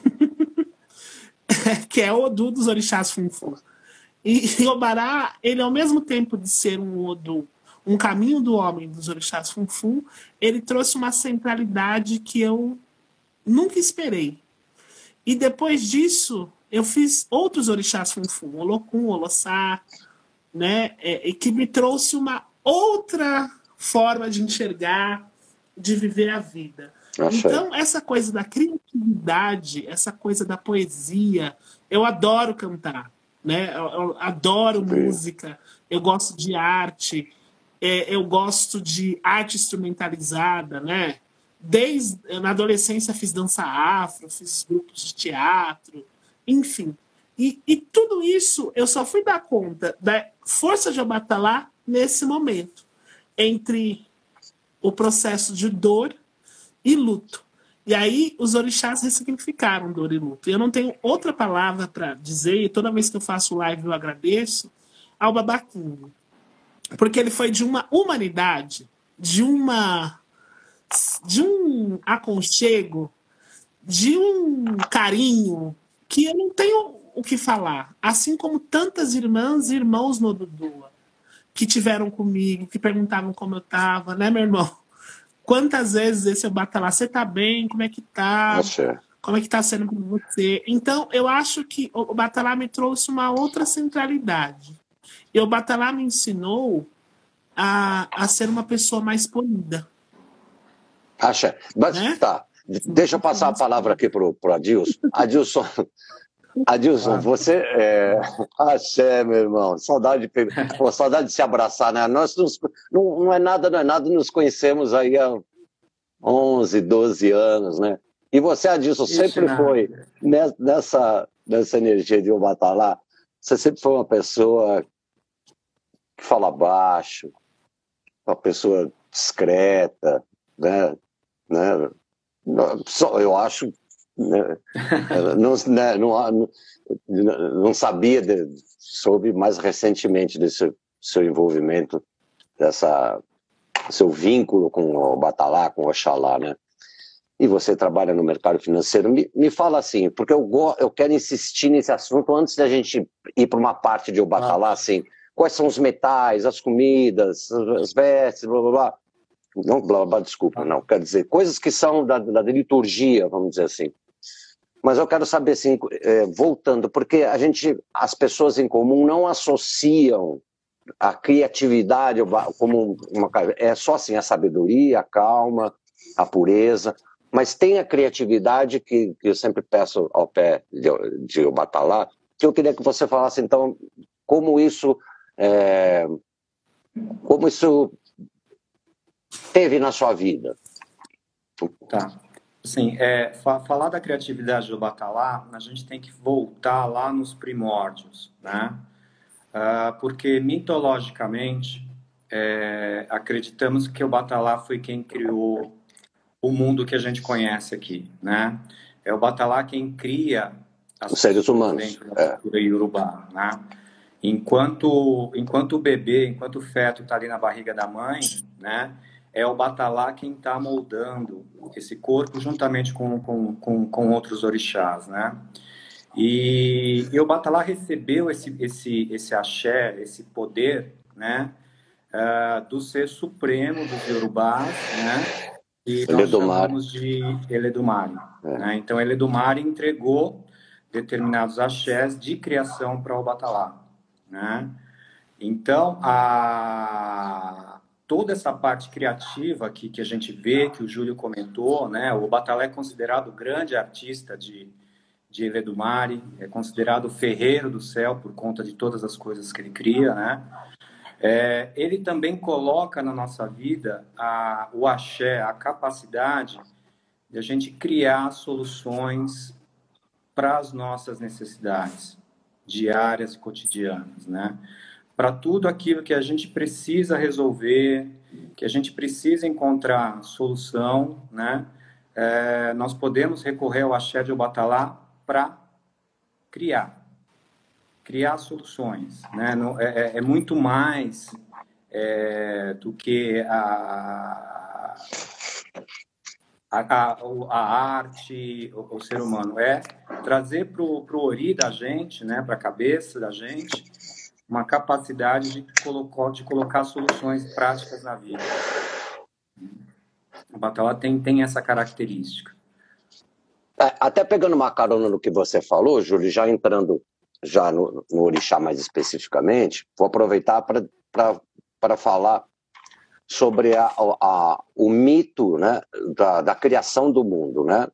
que é o Odu dos orixás Funfun. E Obará, ele ao mesmo tempo de ser um Odu, um caminho do homem dos orixás Funfun, ele trouxe uma centralidade que eu nunca esperei. E depois disso, eu fiz outros orixás Funfun, Olokun, Olossá, né? E que me trouxe uma outra forma de enxergar, de viver a vida. Então, essa coisa da criatividade, essa coisa da poesia, eu adoro cantar, né? Eu adoro música, eu gosto de arte, eu gosto de arte instrumentalizada, né? Na adolescência fiz dança afro, fiz grupos de teatro, enfim. E tudo isso eu só fui dar conta da força de Obatalá nesse momento, entre o processo de dor e luto. E aí os orixás ressignificaram dor e luto. E eu não tenho outra palavra para dizer, e toda vez que eu faço live eu agradeço, ao Baba King. Porque ele foi de uma humanidade, de um aconchego, de um carinho, que eu não tenho o que falar. Assim como tantas irmãs e irmãos no Dudua, que tiveram comigo, que perguntavam como eu estava, né, meu irmão? Quantas vezes esse eu bato lá, você tá bem? Como é que tá? Como é que tá sendo com você? Então, eu acho que o Batalá me trouxe uma outra centralidade. E o Batalá me ensinou a ser uma pessoa mais polida. Acha. Mas, né? Tá. Deixa eu passar a palavra aqui pro Adilson. Adilson, você axé, meu irmão, saudade de se abraçar, né? Nós não é nada, nos conhecemos aí há 11, 12 anos, né? E você, Adilson, sempre foi nessa energia de Obatalá, você sempre foi uma pessoa que fala baixo, uma pessoa discreta, né? Eu acho... não sabia, soube mais recentemente desse seu envolvimento, seu vínculo com o Batalá, com o Oxalá, né? E você trabalha no mercado financeiro. Me fala assim, porque eu quero insistir nesse assunto antes da gente ir para uma parte de Obatalá, assim, quais são os metais, as comidas, as vestes, blá blá blá. Não, blá blá, desculpa, não, quero dizer, coisas que são da liturgia, vamos dizer assim. Mas eu quero saber, assim, voltando, porque as pessoas em comum não associam a criatividade como é só assim, a sabedoria, a calma, a pureza, mas tem a criatividade que eu sempre peço ao pé de Obatalá, que eu queria que você falasse, então, como isso teve na sua vida. Tá. Assim, falar da criatividade do Batalá, a gente tem que voltar lá nos primórdios, né? Porque mitologicamente acreditamos que o Batalá foi quem criou o mundo que a gente conhece aqui, né? É o Batalá quem cria os seres humanos dentro da cultura iorubá, né? Enquanto o bebê, enquanto o feto está ali na barriga da mãe, né? É o Batalá quem está moldando esse corpo juntamente com outros orixás, né? E o Batalá recebeu esse axé, esse poder, né? Do ser supremo dos Yorubás, né? E nós chamamos de Eledumare. Né? Então, Eledumare entregou determinados axés de criação para o Batalá. Né? Então, toda essa parte criativa que a gente vê, que o Júlio comentou, né? O Batalá é considerado o grande artista de Eledumare, é considerado o ferreiro do céu por conta de todas as coisas que ele cria, né? Ele também coloca na nossa vida o axé, a capacidade de a gente criar soluções para as nossas necessidades diárias e cotidianas, né? Para tudo aquilo que a gente precisa resolver, que a gente precisa encontrar solução, né? Nós podemos recorrer ao axé de Obatalá para criar soluções, né? É muito mais do que a arte, o ser humano. É trazer para o ori da gente, né? Para a cabeça da gente, uma capacidade de colocar soluções práticas na vida. O Batalá tem essa característica. Até pegando uma carona no que você falou, Júlio, já entrando já no orixá mais especificamente, vou aproveitar para falar sobre o mito, né, da criação do mundo. Né?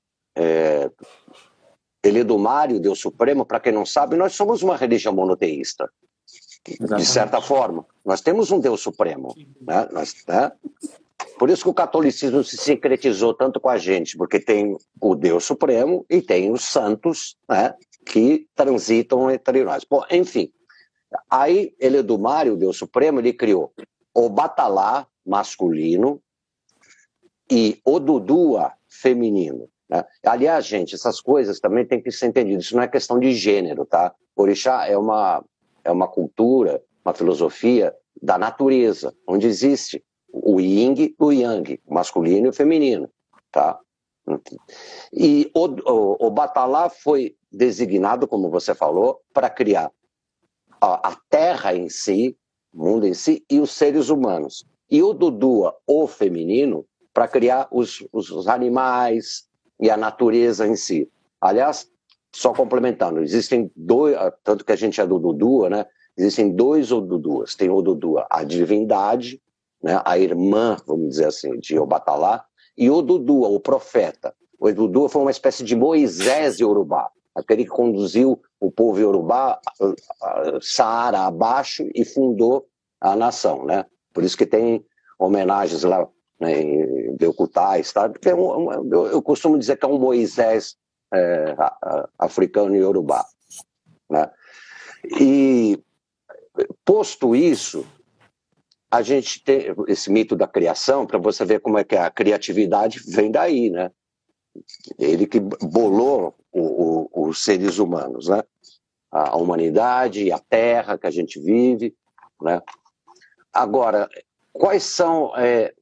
Eledumare, o Deus Supremo, para quem não sabe, nós somos uma religião monoteísta. Exatamente. De certa forma, nós temos um Deus Supremo. Né? Por isso que o catolicismo se sincretizou tanto com a gente, porque tem o Deus Supremo e tem os santos, né, que transitam entre nós. Bom, enfim, aí Eledumare, o Deus Supremo, ele criou o Batalá masculino e o Dudua feminino. Né? Aliás, gente, essas coisas também têm que ser entendidas. Isso não é questão de gênero, tá? O orixá é uma cultura, uma filosofia da natureza, onde existe o yin e o yang, o masculino e o feminino, tá? E o Batalá foi designado, como você falou, para criar a terra em si, o mundo em si, e os seres humanos. E o Dudua, o feminino, para criar os animais e a natureza em si. Aliás, só complementando, existem dois, tanto que a gente é do Dudua, né? Existem dois Oduduas. Tem o Dudua, a divindade, né, a irmã, vamos dizer assim, de Obatalá, e o Dudua, o profeta. O Dudua foi uma espécie de Moisés iorubá, aquele que conduziu o povo iorubá Saara abaixo e fundou a nação. Né? Por isso que tem homenagens lá, né, em Belcutais, tá? Porque eu costumo dizer que é um Moisés africano e iorubá. Né? E, posto isso, a gente tem esse mito da criação, para você ver como é que a criatividade vem daí, né? Ele que bolou os seres humanos, né? A humanidade, a terra que a gente vive, né? Agora, quais são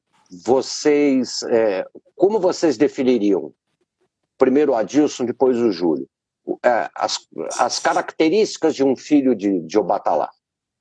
como vocês definiriam, primeiro o Adilson, depois o Júlio, as características de um filho de Obatalá?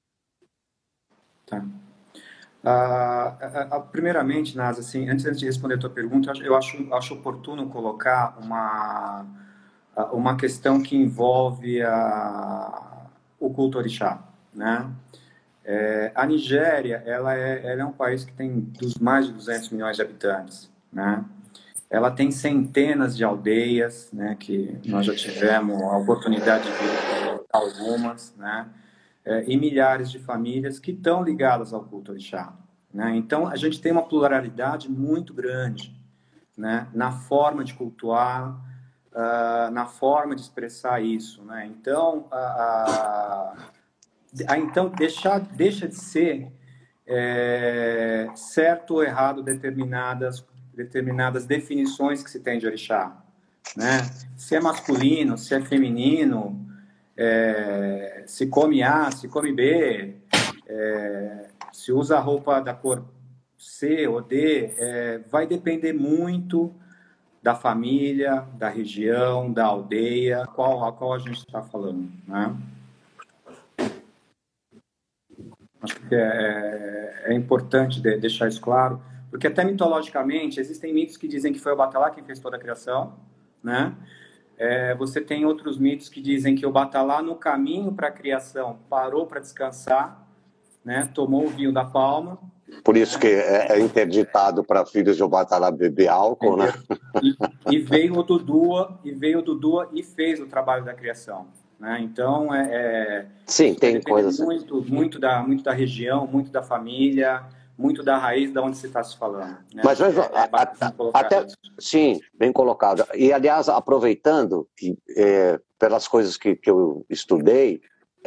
Tá. Primeiramente, Nasa, assim, antes de responder a tua pergunta, eu acho oportuno colocar uma questão que envolve o culto orixá, né? A Nigéria, ela é um país que tem mais de 200 milhões de habitantes, né? Ela tem centenas de aldeias, né, que nós já tivemos a oportunidade de visitar algumas, né? E milhares de famílias que estão ligadas ao culto orixá, né? Então, a gente tem uma pluralidade muito grande, né, na forma de cultuar, na forma de expressar isso, né? Então, então deixa de ser certo ou errado determinadas definições que se tem de orixá, né? Se é masculino, se é feminino, se come A, se come B, se usa a roupa da cor C ou D, vai depender muito da família, da região, da aldeia, a qual a gente está falando, né? Acho que é importante deixar isso claro, porque até mitologicamente existem mitos que dizem que foi o Batalá quem fez toda a criação, né? Você tem outros mitos que dizem que o Batalá, no caminho para a criação, parou para descansar, né? Tomou o vinho da palma. Por isso que é interditado para filhos de Obatalá beber álcool, né? E veio o Dudua e fez o trabalho da criação, né? Então, sim, tem coisas muito da região, muito da família, muito da raiz de onde você está se falando, né? Mas até sim, bem colocado. E aliás, aproveitando que pelas coisas que eu estudei,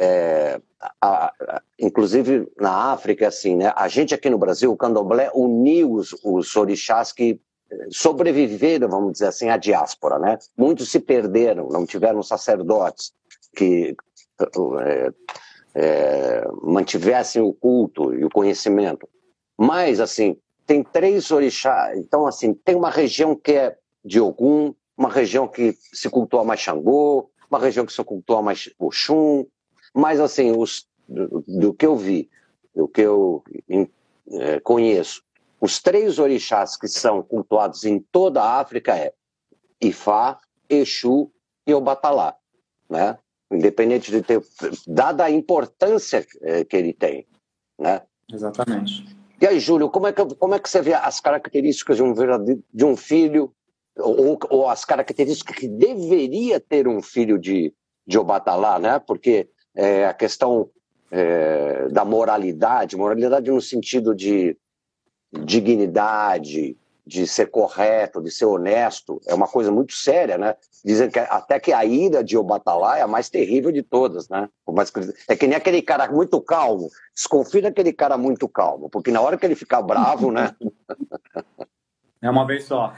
inclusive na África, assim, né? A gente aqui no Brasil, o Candomblé uniu os orixás que sobreviveram, vamos dizer assim, à diáspora, né? Muitos se perderam, não tiveram sacerdotes que mantivessem o culto e o conhecimento. Mas, assim, tem 3 orixás. Então, assim, tem uma região que é de Ogum, uma região que se cultua mais Xangô, uma região que se cultua mais Oxum. Mas, assim, do que eu vi, do que eu conheço, os 3 orixás que são cultuados em toda a África Ifá, Exu e Obatalá, né? Independente de ter, dada a importância que ele tem, né? Exatamente. E aí, Júlio, como é que você vê as características de um filho, ou as características que deveria ter um filho de Obatalá, né? Porque a questão da moralidade no sentido de dignidade, de ser correto, de ser honesto, é uma coisa muito séria, né? Dizem que até que a ira de Obatalá é a mais terrível de todas, né? É que nem aquele cara muito calmo, desconfia daquele cara muito calmo, porque na hora que ele ficar bravo, né? É uma vez só.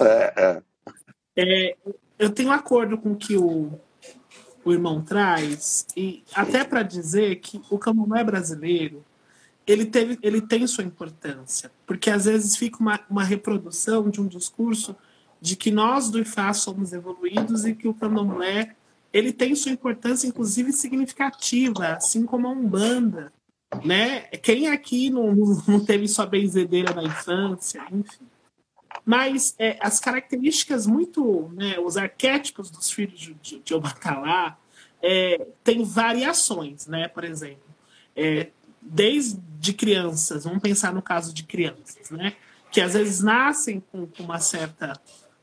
Eu tenho acordo com o que o irmão traz, e até para dizer que o candomblé brasileiro ele tem sua importância, porque às vezes fica uma reprodução de um discurso de que nós do Ifá somos evoluídos e que o candomblé ele tem sua importância, inclusive significativa, assim como a Umbanda, né? Quem aqui não teve sua benzedeira na infância, enfim. Mas as características muito, né, os arquétipos dos filhos de Obatalá tem variações, né? Por exemplo, desde crianças, vamos pensar no caso de crianças, né? Que às vezes nascem com uma certa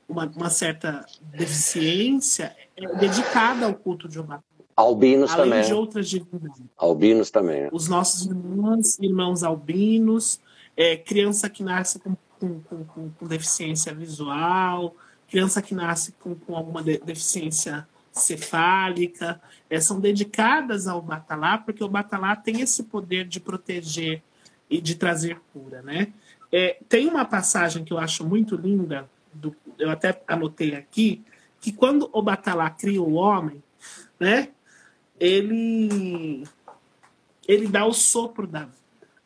deficiência dedicada ao culto de Obatalá. Albinos além também. de outras divindades. Albinos também. Os nossos irmãos albinos, criança que nasce com deficiência visual, criança que nasce com alguma deficiência cefálica, são dedicadas ao Batalá, porque o Batalá tem esse poder de proteger e de trazer cura, né? Tem uma passagem que eu acho muito linda, eu até anotei aqui, que quando o Batalá cria o homem, né, ele dá o sopro da vida.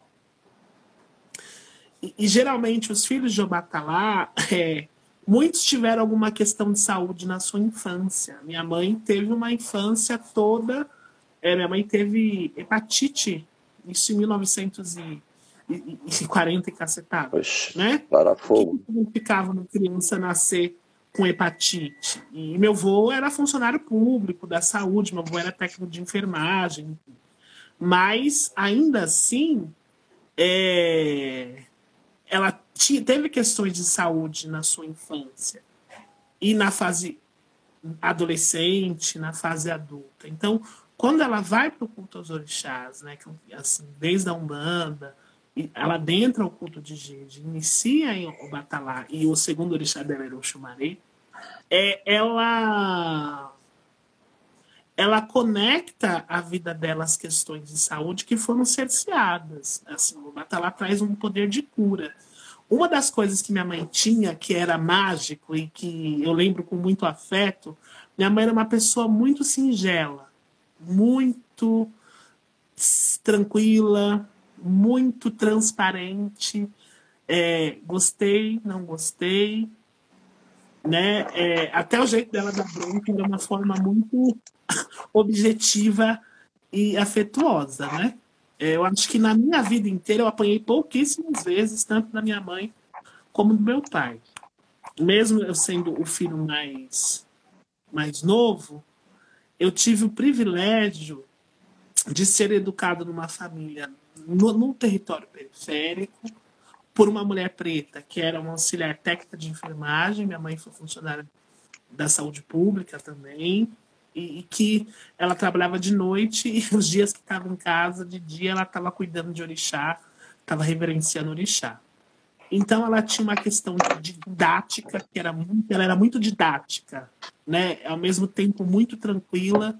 E geralmente os filhos de Obatalá, muitos tiveram alguma questão de saúde na sua infância. Minha mãe teve uma infância toda. Minha mãe teve hepatite, isso em 1940 e cacetado. Né? Para fogo. Que significava uma criança nascer com hepatite? E meu avô era funcionário público da saúde, meu avô era técnico de enfermagem. mas ainda assim ela teve questões de saúde na sua infância e na fase adolescente, na fase adulta. Então, quando ela vai para o culto aos orixás, né, que, assim, desde a Umbanda, ela adentra o culto de Gede, inicia em Obatalá, e o segundo orixá dela era o Xumaré, ela conecta a vida dela às questões de saúde que foram cerceadas. Assim, o Obatalá traz um poder de cura. Uma das coisas que minha mãe tinha, que era mágico e que eu lembro com muito afeto, minha mãe era uma pessoa muito singela, muito tranquila, muito transparente. Gostei, não gostei, né? Até o jeito dela dar bronca era uma forma muito objetiva e afetuosa, né? Eu acho que na minha vida inteira eu apanhei pouquíssimas vezes, tanto da minha mãe como do meu pai. Mesmo eu sendo o filho mais novo, eu tive o privilégio de ser educado numa família no território periférico por uma mulher preta, que era uma auxiliar técnica de enfermagem. Minha mãe foi funcionária da saúde pública também, e que ela trabalhava de noite e os dias que estava em casa, de dia, ela estava cuidando de orixá, estava reverenciando orixá. Então, ela tinha uma questão de didática, ela era muito didática, né? Ao mesmo tempo muito tranquila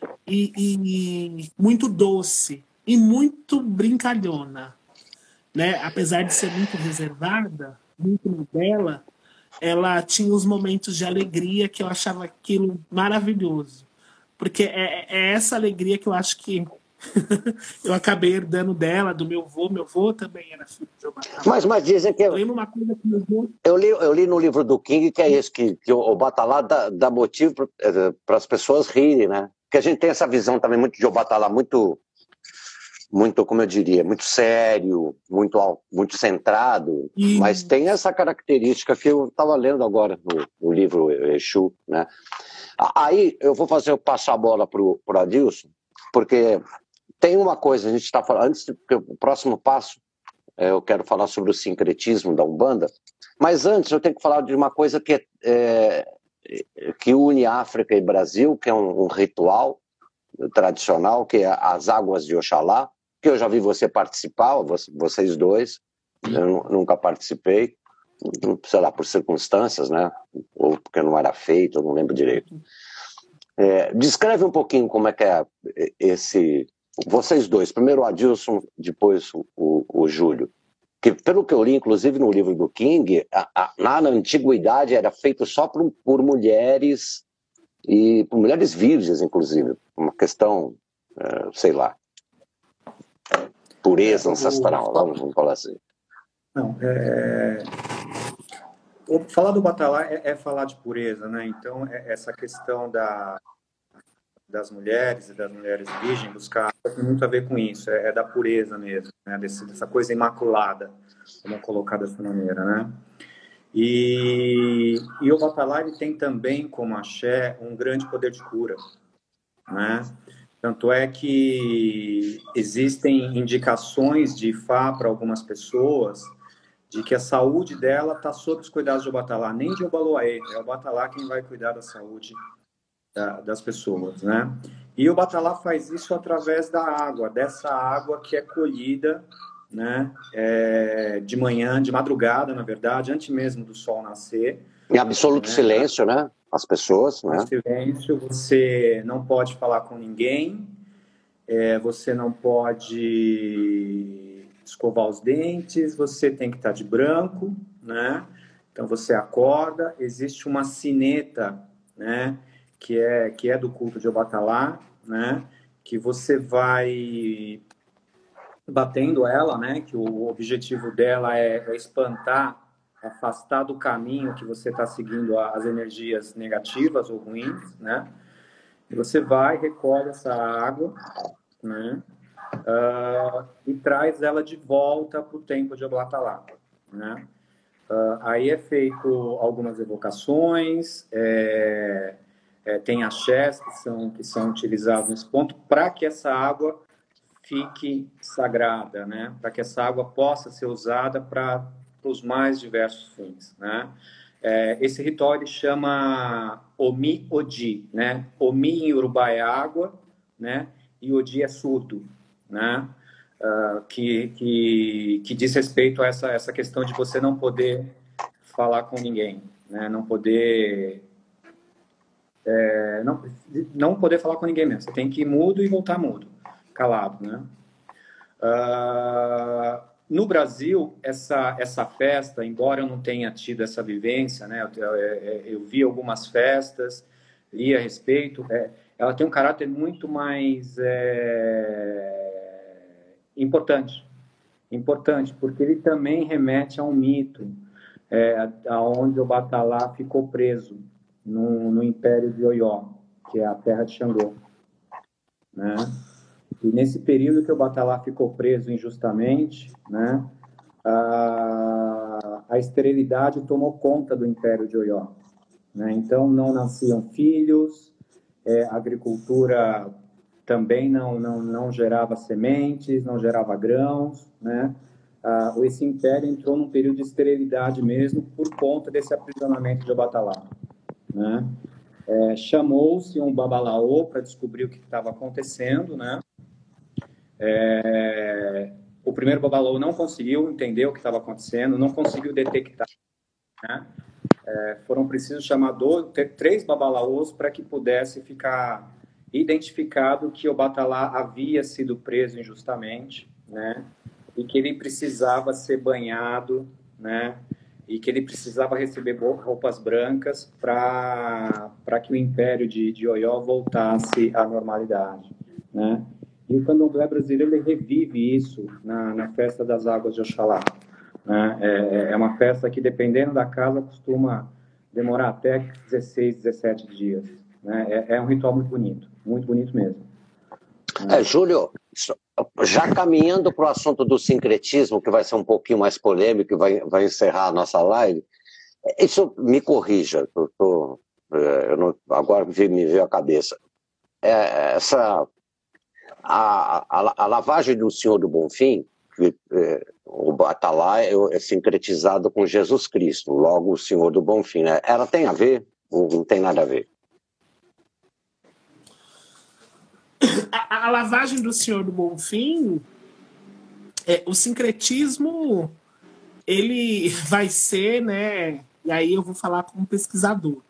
e muito doce e muito brincalhona, né? Apesar de ser muito reservada, muito dela, ela tinha os momentos de alegria que eu achava aquilo maravilhoso. Porque é essa alegria que eu acho que eu acabei herdando dela, do meu avô. Meu avô também era filho de Obatalá. Mas dizem que... Eu lembro uma coisa que meu avô... Eu li no livro do King que é isso, que o Obatalá dá motivo para as pessoas rirem, né? Porque a gente tem essa visão também muito de Obatalá, muito, como eu diria, muito sério, muito centrado, mas tem essa característica que eu estava lendo agora no livro Exu, né? Aí eu vou passar a bola para o Adilson, porque tem uma coisa, a gente está falando, o próximo passo, eu quero falar sobre o sincretismo da Umbanda, mas antes eu tenho que falar de uma coisa que une África e Brasil, que é um ritual tradicional, que é as águas de Oxalá, que eu já vi você participar, vocês dois, eu nunca participei, sei lá, por circunstâncias, né? Ou porque não era feito, eu não lembro direito. Descreve um pouquinho como é que é vocês dois, primeiro o Adilson, depois o Júlio, que pelo que eu li, inclusive no livro do King, na antiguidade era feito só por mulheres, e por mulheres virgens, inclusive, uma questão, sei lá, pureza ancestral, vamos falar assim. Não, falar do Obatalá é falar de pureza, né? Então, essa questão das mulheres e das mulheres virgens buscar tem muito a ver com isso, da pureza mesmo, né? Dessa coisa imaculada, vamos colocar dessa maneira, né? E o Obatalá ele tem também, como axé, um grande poder de cura, né? Tanto é que existem indicações de Ifá para algumas pessoas de que a saúde dela está sob os cuidados de Obatalá, nem de Obaloaê, é o Obatalá quem vai cuidar da saúde das pessoas, né? E o Obatalá faz isso através da água, dessa água que é colhida, né? De manhã, de madrugada, na verdade, antes mesmo do sol nascer. Em absoluto silêncio, né? As pessoas, né? Em silêncio, você não pode falar com ninguém, você não pode escovar os dentes, você tem que estar de branco, né? Então você acorda, existe uma sineta, né? Que é do culto de Obatalá, né? Que você vai batendo ela, né? Que o objetivo dela é espantar, afastar do caminho que você está seguindo as energias negativas ou ruins, né? E você vai, recolhe essa água, né? E traz ela de volta para o templo de Obatalá, né? Aí é feito algumas evocações, tem axés que são utilizados nesse ponto para que essa água fique sagrada, né? Para que essa água possa ser usada para os mais diversos fins, né? Esse ritual ele chama Omi Odi, né? Omi em Urubá é água, né? E Odi é surdo, né? Que diz respeito a essa questão de você não poder falar com ninguém, né? Não poder não poder falar com ninguém mesmo. Você tem que ir mudo e voltar mudo, calado, né? No Brasil, essa festa, embora eu não tenha tido essa vivência, né? Eu vi algumas festas, li a respeito, ela tem um caráter muito mais importante, porque ele também remete a um mito, onde o Batalá ficou preso no Império de Oió, que é a terra de Xangô, né? E nesse período que o Batalá ficou preso injustamente, né, a esterilidade tomou conta do Império de Oió, né? Então não nasciam filhos, a agricultura também não gerava sementes, não gerava grãos, né? Esse império entrou num período de esterilidade mesmo por conta desse aprisionamento de Obatalá, né? Chamou-se um babalaô para descobrir o que estava acontecendo, né? O primeiro babalaô não conseguiu entender o que estava acontecendo, não conseguiu detectar, né? Foram precisos chamar 3 babalaôs para que pudesse ficar identificado que o Batalá havia sido preso injustamente, né? E que ele precisava ser banhado, né? E que ele precisava receber roupas brancas para que o Império de Oió voltasse à normalidade, né? E o candomblé brasileiro ele revive isso na Festa das Águas de Oxalá, né? É uma festa que, dependendo da casa, costuma demorar até 16, 17 dias, né? É um ritual muito bonito mesmo. Júlio, já caminhando para o assunto do sincretismo, que vai ser um pouquinho mais polêmico e vai encerrar a nossa live, isso me corrija, agora me veio a cabeça. A lavagem do Senhor do Bonfim, que o Batalá é sincretizado com Jesus Cristo, logo o Senhor do Bonfim, né? Ela tem a ver ou não tem nada a ver? A lavagem do Senhor do Bonfim, o sincretismo, ele vai ser, né? E aí eu vou falar como pesquisador.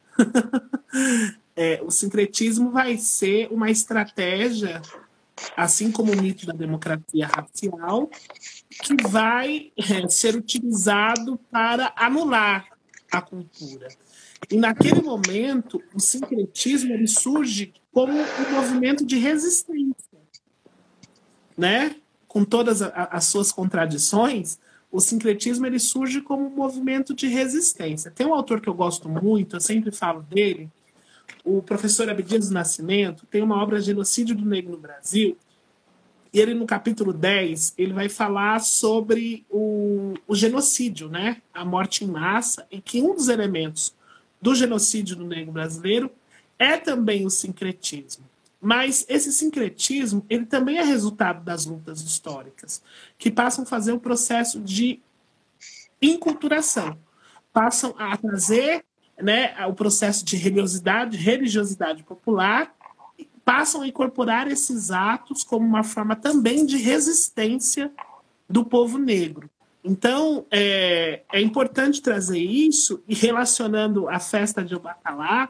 O sincretismo vai ser uma estratégia, assim como o mito da democracia racial, que vai ser utilizado para anular a cultura. E naquele momento, o sincretismo ele surge como um movimento de resistência, né? Com todas as suas contradições, o sincretismo ele surge como um movimento de resistência. Tem um autor que eu gosto muito, eu sempre falo dele, o professor Abdias do Nascimento, tem uma obra Genocídio do Negro no Brasil, e ele no capítulo 10, ele vai falar sobre o genocídio, né? A morte em massa, e que um dos elementos do genocídio do negro brasileiro é também o sincretismo. Mas esse sincretismo ele também é resultado das lutas históricas, que passam a fazer o processo de inculturação, passam a trazer, né, o processo de religiosidade popular, passam a incorporar esses atos como uma forma também de resistência do povo negro. Então, é importante trazer isso, e relacionando a festa de Obatalá,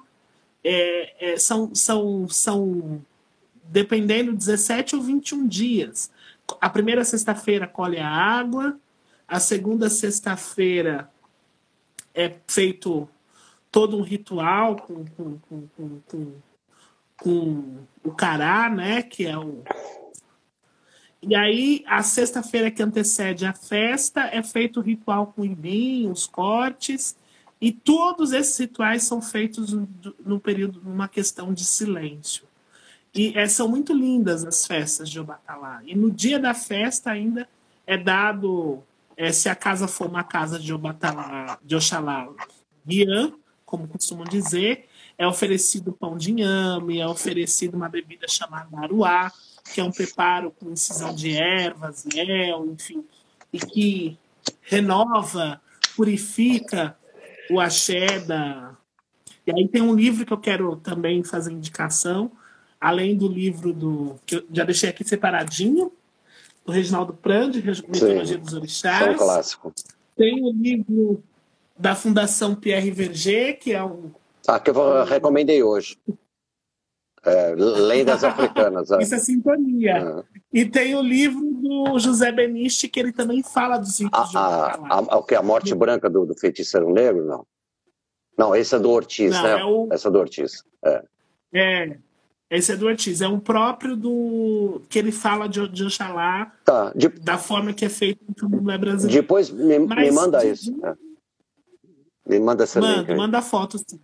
são, dependendo, 17 ou 21 dias. A primeira sexta-feira colhe a água, a segunda sexta-feira é feito todo um ritual com o cará, né, que é o... E aí, a sexta-feira que antecede a festa, é feito o ritual com o ibim, os cortes, e todos esses rituais são feitos no período, numa questão de silêncio. E são muito lindas as festas de Obatalá. E no dia da festa ainda é dado, se a casa for uma casa de Obatalá, de Oxalá, guiã, como costumam dizer, é oferecido pão de inhame, é oferecido uma bebida chamada aruá, que é um preparo com incisão de ervas, mel, enfim, e que renova, purifica o axé da... E aí tem um livro que eu quero também fazer indicação, além do livro que eu já deixei aqui separadinho, do Reginaldo Prandi, Mitologia dos Orixás. É um clássico. Tem o livro da Fundação Pierre Verger, que é um... que eu recomendei hoje. Lendas Africanas. Isso é sintonia. E tem o livro do José Beniche, que ele também fala dos ritos de Oxalá. O que? A Morte Branca do Feiticeiro Negro? Não. Não, esse é do Ortiz, Não, né? Esse é do Ortiz. Esse é do Ortiz. É um próprio que ele fala de Oxalá, da forma que é feito no candomblé brasileiro. Depois me manda isso. Me manda essa link aí. Manda foto, sim.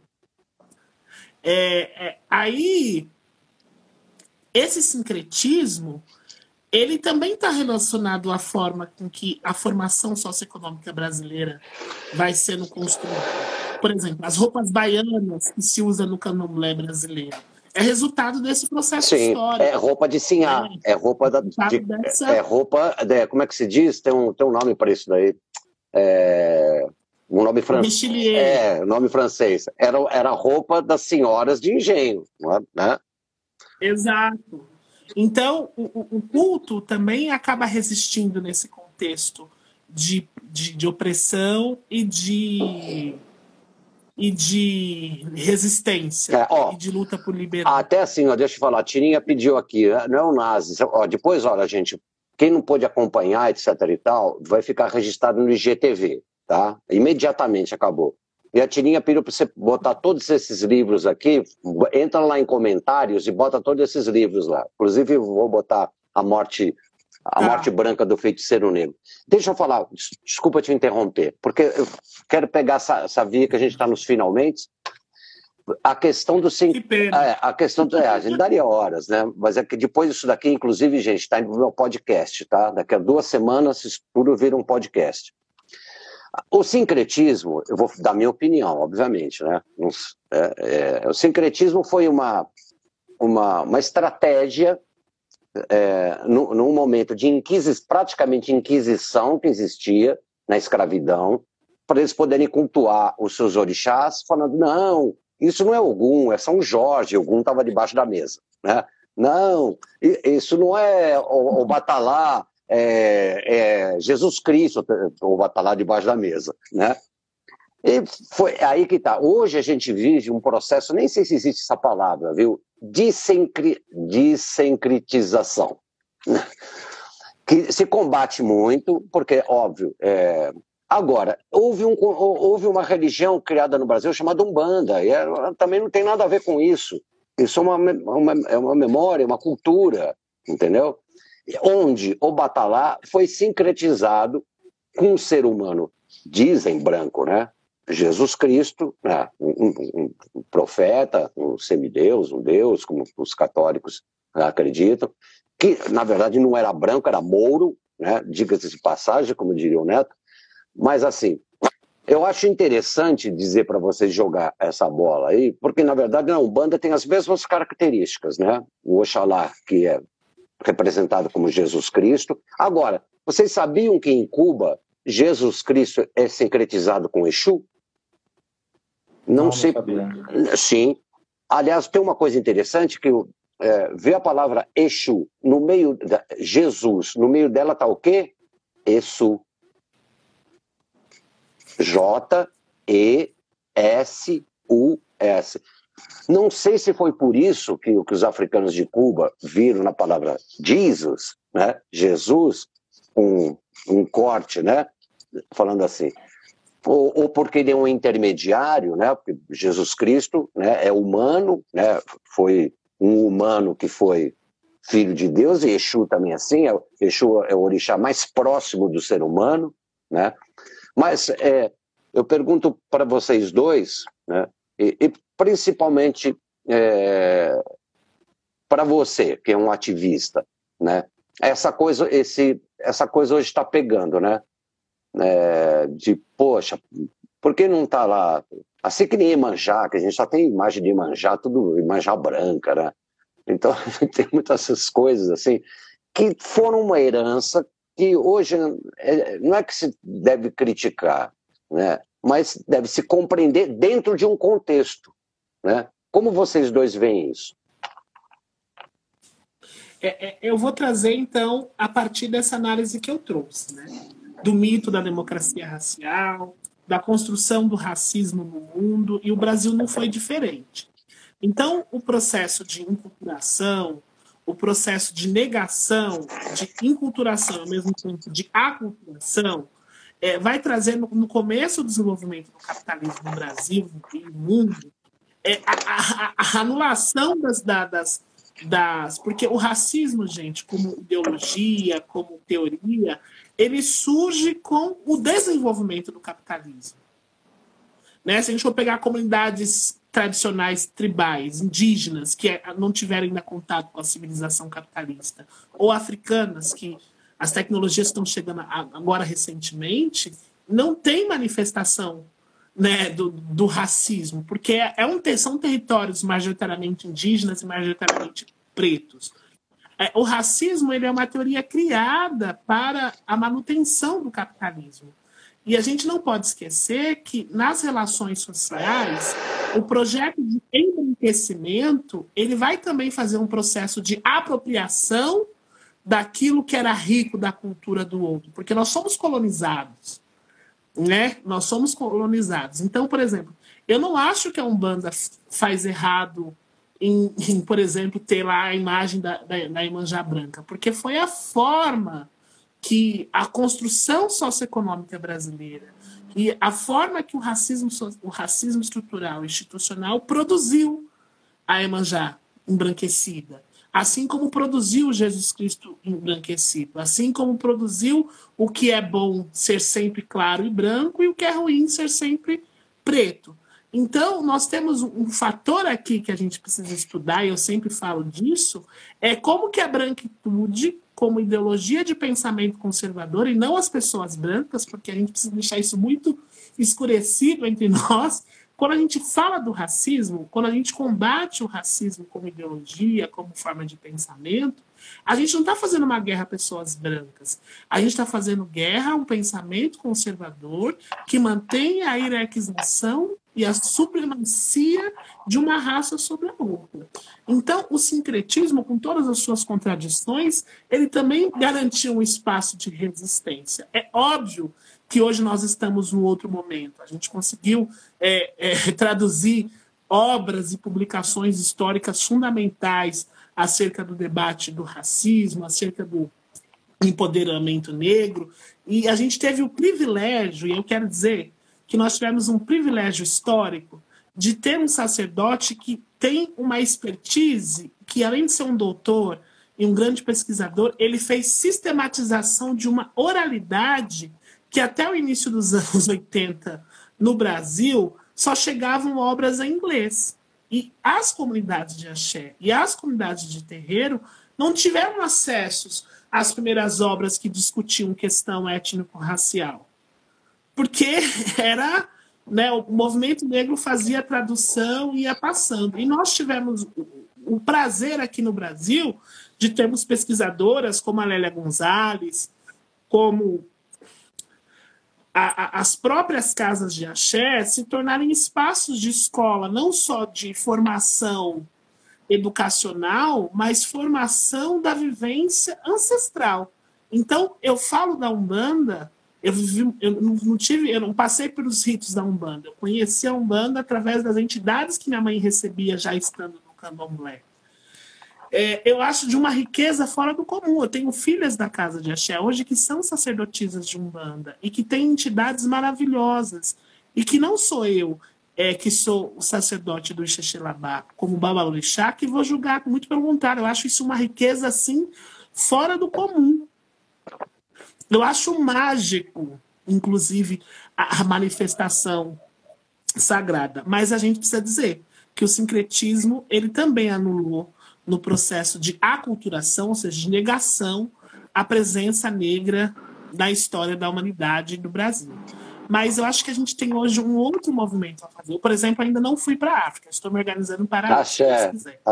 Aí, esse sincretismo, ele também está relacionado à forma com que a formação socioeconômica brasileira vai sendo construída. Por exemplo, as roupas baianas que se usa no candomblé brasileiro é resultado desse processo histórico. É roupa de sinhá, é roupa é roupa, como é que se diz? Tem um nome para isso daí. Um nome francês. Nome francês. Era roupa das senhoras de engenho, né? Exato. Então, o culto também acaba resistindo nesse contexto de opressão e de resistência, e de luta por liberdade. Até assim, deixa eu falar, a Tirinha pediu aqui, não é o Nazi. Depois, olha, gente, quem não pôde acompanhar, etc e tal, vai ficar registrado no IGTV, tá? Imediatamente acabou. E a Tirinha pediu para você botar todos esses livros aqui, entra lá em comentários e bota todos esses livros lá. Inclusive, eu vou botar A Morte Branca do Feiticeiro Negro. Deixa eu falar, desculpa te interromper, porque eu quero pegar essa via que a gente está nos finalmente. A questão do... a gente daria horas, né? Mas é que depois disso daqui, inclusive, gente, está no meu podcast, tá? Daqui a 2 semanas, isso tudo vira um podcast. O sincretismo, eu vou dar minha opinião, obviamente, né? O sincretismo foi uma estratégia num momento de praticamente inquisição que existia na escravidão, para eles poderem cultuar os seus orixás, falando, não, isso não é Ogum, é São Jorge, Ogum estava debaixo da mesa, né? Não, isso não é o Batalá, Jesus Cristo, o Batalá debaixo da mesa, né? E foi aí que está. Hoje a gente vive um processo, nem sei se existe essa palavra, viu? Desincretização. Que se combate muito, porque, óbvio, agora, houve uma religião criada no Brasil chamada Umbanda, e também não tem nada a ver com isso. Isso é uma memória, uma cultura, entendeu? Onde o Batalá foi sincretizado com um ser humano, dizem branco, né? Jesus Cristo, né? Um profeta, um semideus, um deus, como os católicos acreditam, que na verdade não era branco, era mouro, né? Diga-se de passagem, como diria o Neto. Mas assim, eu acho interessante dizer para vocês jogar essa bola aí, porque na verdade a Umbanda tem as mesmas características, né? O Oxalá, que é representado como Jesus Cristo. Agora, vocês sabiam que em Cuba Jesus Cristo é sincretizado com Exu? Não sei. Sim. Aliás, tem uma coisa interessante que vê a palavra Exu no meio Jesus, no meio dela está o quê? Exu. J-E-S-U-S. Não sei se foi por isso que os africanos de Cuba viram na palavra Jesus, né? Jesus, um corte, né? Falando assim. Ou porque ele é um intermediário, né? Porque Jesus Cristo, né, é humano, né? Foi um humano que foi filho de Deus, e Exu também assim, Exu é o orixá mais próximo do ser humano, né? Mas eu pergunto para vocês dois, né? E principalmente para você, que é um ativista, né? Essa coisa hoje está pegando, né? Poxa, por que não está lá? Assim que nem Iemanjá, que a gente só tem imagem de Iemanjá, tudo Iemanjá branca, né? Então, tem muitas essas coisas assim, que foram uma herança que hoje não é que se deve criticar, né? Mas deve se compreender dentro de um contexto, né? Como vocês dois veem isso? Eu vou trazer, então, a partir dessa análise que eu trouxe, né? Do mito da democracia racial, da construção do racismo no mundo, e o Brasil não foi diferente. Então, o processo de inculturação, o processo de negação, de inculturação, ao mesmo tempo de aculturação, vai trazer, no começo do desenvolvimento do capitalismo no Brasil e no mundo, a anulação porque o racismo, gente, como ideologia, como teoria, ele surge com o desenvolvimento do capitalismo. Né? Se a gente for pegar comunidades tradicionais, tribais, indígenas, que não tiveram ainda contato com a civilização capitalista, ou africanas, que as tecnologias estão chegando agora recentemente, não tem manifestação, né, do racismo, porque são territórios majoritariamente indígenas e majoritariamente pretos. O racismo ele é uma teoria criada para a manutenção do capitalismo. E a gente não pode esquecer que, nas relações sociais, o projeto de embranquecimento ele vai também fazer um processo de apropriação daquilo que era rico da cultura do outro, porque nós somos colonizados. Né? Nós somos colonizados. Então, por exemplo, eu não acho que a Umbanda faz errado em, por exemplo, ter lá a imagem da Iemanjá branca, porque foi a forma que a construção socioeconômica brasileira e a forma que o racismo estrutural e institucional produziu a Iemanjá embranquecida. Assim como produziu Jesus Cristo embranquecido, assim como produziu o que é bom ser sempre claro e branco e o que é ruim ser sempre preto. Então, nós temos um fator aqui que a gente precisa estudar, e eu sempre falo disso, é como que a branquitude, como ideologia de pensamento conservador, e não as pessoas brancas, porque a gente precisa deixar isso muito escurecido entre nós, quando a gente fala do racismo, quando a gente combate o racismo como ideologia, como forma de pensamento, a gente não está fazendo uma guerra a pessoas brancas. A gente está fazendo guerra a um pensamento conservador que mantém a hierarquização e a supremacia de uma raça sobre a outra. Então, o sincretismo, com todas as suas contradições, ele também garantiu um espaço de resistência. É óbvio que hoje nós estamos num outro momento. A gente conseguiu traduzir obras e publicações históricas fundamentais acerca do debate do racismo, acerca do empoderamento negro, e a gente teve o privilégio, e eu quero dizer que nós tivemos um privilégio histórico de ter um sacerdote que tem uma expertise, que além de ser um doutor e um grande pesquisador, ele fez sistematização de uma oralidade que até o início dos anos 80, no Brasil, só chegavam obras em inglês. E as comunidades de axé e as comunidades de terreiro não tiveram acesso às primeiras obras que discutiam questão étnico-racial. Porque era, né, o movimento negro fazia a tradução e ia passando. E nós tivemos o prazer aqui no Brasil de termos pesquisadoras como a Lélia Gonzalez, como as próprias casas de axé se tornarem espaços de escola, não só de formação educacional, mas formação da vivência ancestral. Então, eu falo da Umbanda, eu não passei pelos ritos da Umbanda, eu conheci a Umbanda através das entidades que minha mãe recebia já estando no candomblé. Eu acho de uma riqueza fora do comum. Eu tenho filhas da casa de axé hoje que são sacerdotisas de Umbanda e que têm entidades maravilhosas. E que não sou eu, que sou o sacerdote do Ixexelabá, como Babalorixá, que vou julgar, muito pelo contrário. Eu acho isso uma riqueza, assim, fora do comum. Eu acho mágico, inclusive, a manifestação sagrada. Mas a gente precisa dizer que o sincretismo, ele também anulou no processo de aculturação, ou seja, de negação, a presença negra da história da humanidade do Brasil. Mas eu acho que a gente tem hoje um outro movimento a fazer. Eu, por exemplo, ainda não fui para a África, estou me organizando para Axé.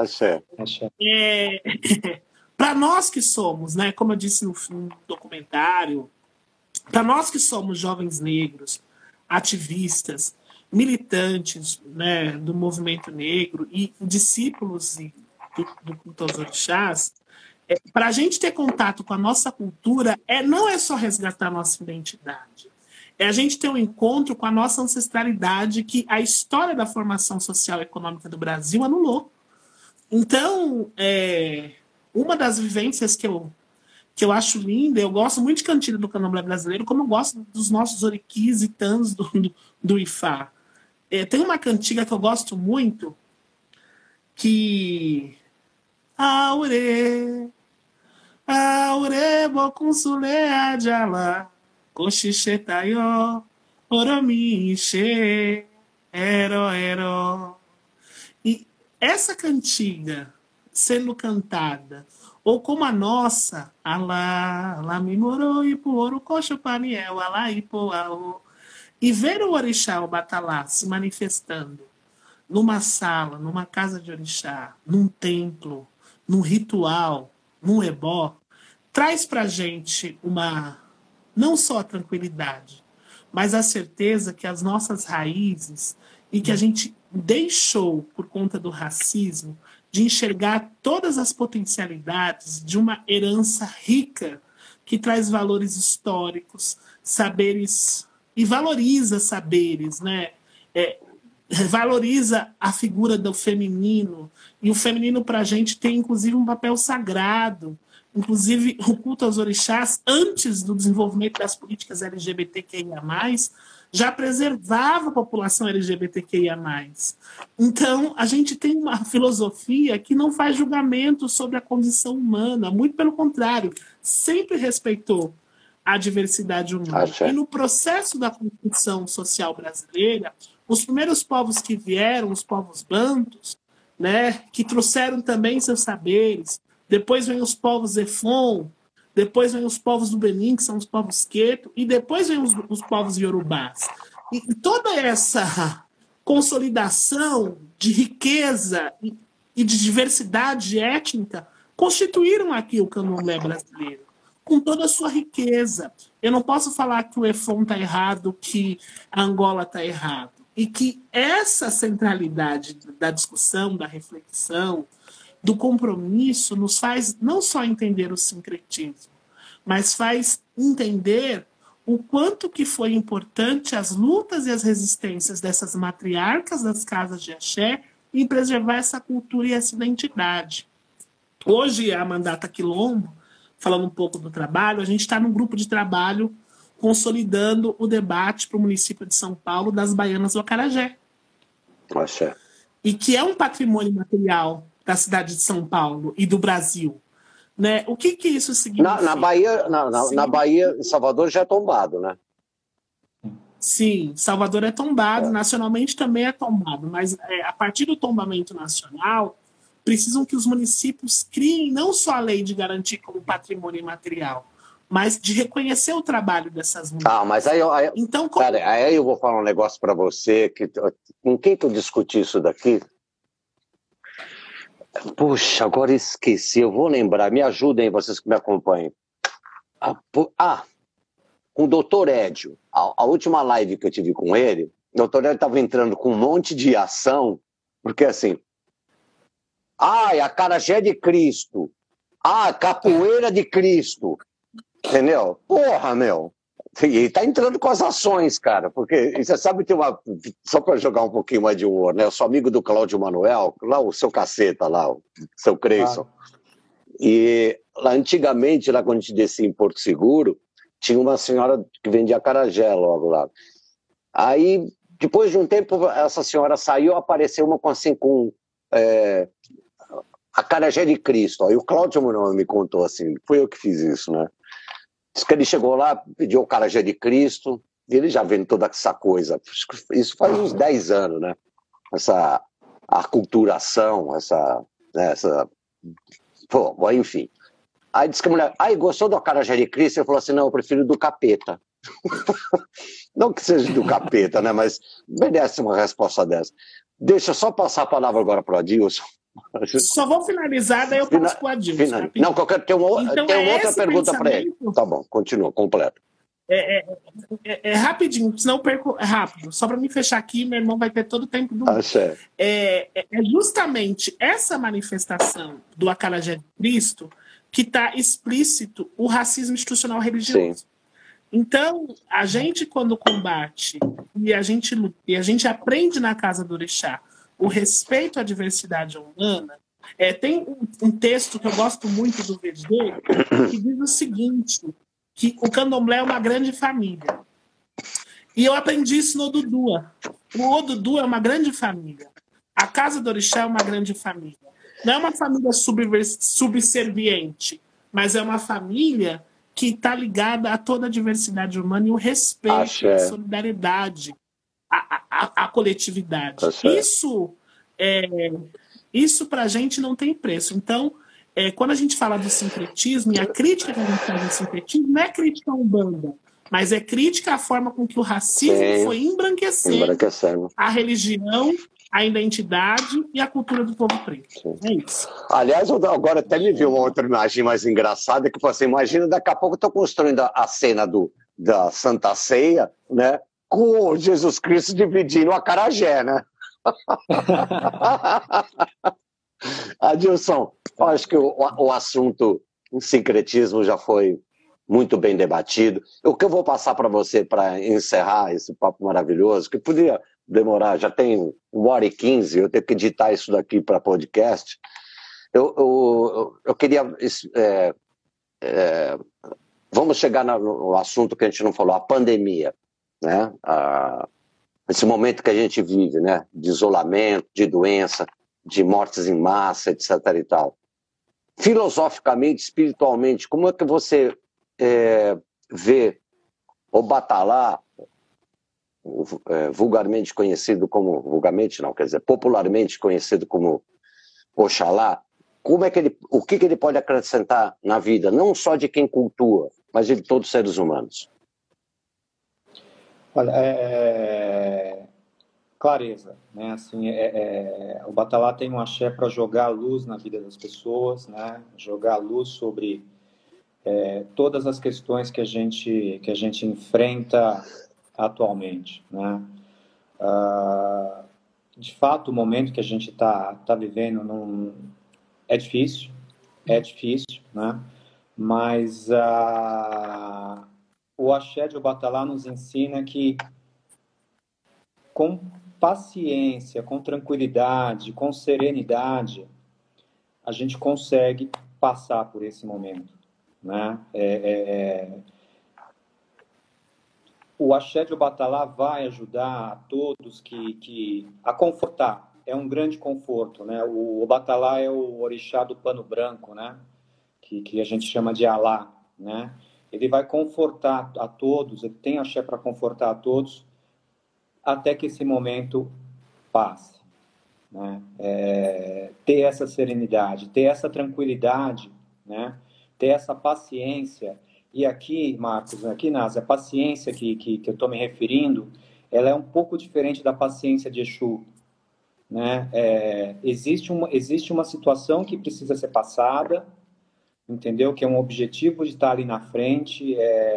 Para nós que somos, né, como eu disse no documentário, para nós que somos jovens negros, ativistas, militantes, né, do movimento negro e discípulos do culto aos orixás, para a gente ter contato com a nossa cultura, não é só resgatar a nossa identidade. É a gente ter um encontro com a nossa ancestralidade que a história da formação social e econômica do Brasil anulou. Então, uma das vivências que eu acho linda, eu gosto muito de cantiga do candomblé brasileiro, como eu gosto dos nossos oriquis e tans do Ifá. Tem uma cantiga que eu gosto muito, que... Aure, bocunsule adjala, coxichetayo, oromiche, ero. E essa cantiga sendo cantada, ou como a nossa, alá mimorou e puoro coxo paniel, alá e poao, e ver o orixá, o batalá, se manifestando numa sala, numa casa de orixá, num templo, num ritual, num ebó, traz pra gente não só a tranquilidade, mas a certeza que as nossas raízes e que a gente deixou, por conta do racismo, de enxergar todas as potencialidades de uma herança rica que traz valores históricos, saberes, e valoriza saberes, né? Valoriza a figura do feminino, e o feminino para a gente tem inclusive um papel sagrado. Inclusive o culto aos orixás, antes do desenvolvimento das políticas LGBTQIA+, já preservava a população LGBTQIA+. Então, a gente tem uma filosofia que não faz julgamento sobre a condição humana, muito pelo contrário, sempre respeitou a diversidade humana. E no processo da construção social brasileira, os primeiros povos que vieram, os povos bantus, né, que trouxeram também seus saberes, depois vem os povos Efon, depois vem os povos do Benin, que são os povos Queto, e depois vem os povos Yorubás. E toda essa consolidação de riqueza e de diversidade étnica constituíram aqui o candomblé brasileiro, com toda a sua riqueza. Eu não posso falar que o Efon está errado, que a Angola está errado. E que essa centralidade da discussão, da reflexão, do compromisso, nos faz não só entender o sincretismo, mas faz entender o quanto que foi importante as lutas e as resistências dessas matriarcas das casas de axé em preservar essa cultura e essa identidade. Hoje, a Mandata Quilombo, falando um pouco do trabalho, a gente está num grupo de trabalho consolidando o debate para o município de São Paulo das baianas do acarajé. Axé. E que é um patrimônio material da cidade de São Paulo e do Brasil. Né? O que isso significa? Na Bahia, em Salvador já é tombado, né? Sim, Salvador é tombado, nacionalmente também é tombado, mas a partir do tombamento nacional, precisam que os municípios criem não só a lei de garantir como patrimônio imaterial, mas de reconhecer o trabalho dessas mulheres. Mas aí então, aí eu vou falar um negócio para você, com quem que eu discuti isso daqui? Puxa, agora esqueci, eu vou lembrar, me ajudem vocês que me acompanham. Com o doutor Edio, a última live que eu tive com ele, o doutor Edio estava entrando com um monte de ação, porque assim, acarajé de Cristo, capoeira de Cristo, entendeu? Porra, meu! E ele tá entrando com as ações, cara, porque você sabe, tem uma... Só para jogar um pouquinho mais de humor, né? Eu sou amigo do Cláudio Manuel, lá o seu caceta, lá, o seu Creyson. E lá antigamente, lá quando a gente descia em Porto Seguro, tinha uma senhora que vendia acarajé logo lá. Aí, depois de um tempo, essa senhora saiu, apareceu uma com acarajé de Cristo. Aí o Cláudio Manuel me contou assim, foi eu que fiz isso, né? Diz que ele chegou lá, pediu o acarajé de Cristo, e ele já vendo toda essa coisa. Isso faz uns 10 anos, né? Essa aculturação, Pô, enfim. Aí disse que a mulher, gostou do acarajé de Cristo? Ele falou assim, não, eu prefiro do capeta. Não que seja do capeta, né? Mas merece uma resposta dessa. Deixa eu só passar a palavra agora para o Adilson. Só vou finalizar, daí eu passo para o Adilson. Não, que eu quero ter Então, uma outra pergunta para ele. Tá bom, continua, completa. Rapidinho, senão eu perco. É rápido, só para me fechar aqui, meu irmão vai ter todo o tempo do mundo. É justamente essa manifestação do acarajé de Cristo que está explícito o racismo institucional religioso. Sim. Então, a gente, quando combate e a gente aprende na Casa do Orixá o respeito à diversidade humana, tem um texto que eu gosto muito do VG que diz o seguinte, que o candomblé é uma grande família. E eu aprendi isso no Odudua. O Odudua é uma grande família. A Casa do Orixá é uma grande família. Não é uma família subserviente, mas é uma família que está ligada a toda a diversidade humana e o respeito, a solidariedade, a coletividade. Isso para a gente não tem preço. Então, quando a gente fala do sincretismo, e a crítica que a gente faz ao sincretismo não é crítica à Umbanda, mas é crítica à forma com que o racismo foi embranquecendo a religião, a identidade e a cultura do povo preto. É isso. Aliás, eu agora até me vi uma outra imagem mais engraçada, que você imagina, daqui a pouco eu estou construindo a cena da Santa Ceia, né, com o Jesus Cristo dividindo o acarajé, né? Adilson, eu acho que o assunto o sincretismo já foi muito bem debatido. O que eu vou passar para você para encerrar esse papo maravilhoso, que podia demorar, já tem 1h15, eu tenho que editar isso daqui para podcast. Eu queria... vamos chegar no assunto que a gente não falou, a pandemia, né? Esse momento que a gente vive, né? De isolamento, de doença, de mortes em massa, etc. e tal. Filosoficamente, espiritualmente, como é que você vê o Batalá, vulgarmente conhecido como... Vulgarmente não, quer dizer, popularmente conhecido como Oxalá, o que ele pode acrescentar na vida, não só de quem cultua, mas de todos os seres humanos? Olha, clareza, né? Assim, o Batalá tem um axé para jogar a luz na vida das pessoas, né? Jogar a luz sobre todas as questões que a gente enfrenta atualmente, né? De fato, o momento que a gente está vivendo é difícil, né? Mas o axé de Obatalá nos ensina que com paciência, com tranquilidade, com serenidade, a gente consegue passar por esse momento, né? O axé de Obatalá vai ajudar a todos a confortar. É um grande conforto, né? O Obatalá é o orixá do pano branco, né? Que a gente chama de Alá, né? Ele vai confortar a todos, ele tem axé para confortar a todos, até que esse momento passe, né? Ter essa serenidade, ter essa tranquilidade, né? Ter essa paciência. E aqui, Marcos, Násia, a paciência que eu estou me referindo, ela é um pouco diferente da paciência de Exu, né? Existe uma situação que precisa ser passada, entendeu? Que é um objetivo de estar ali na frente,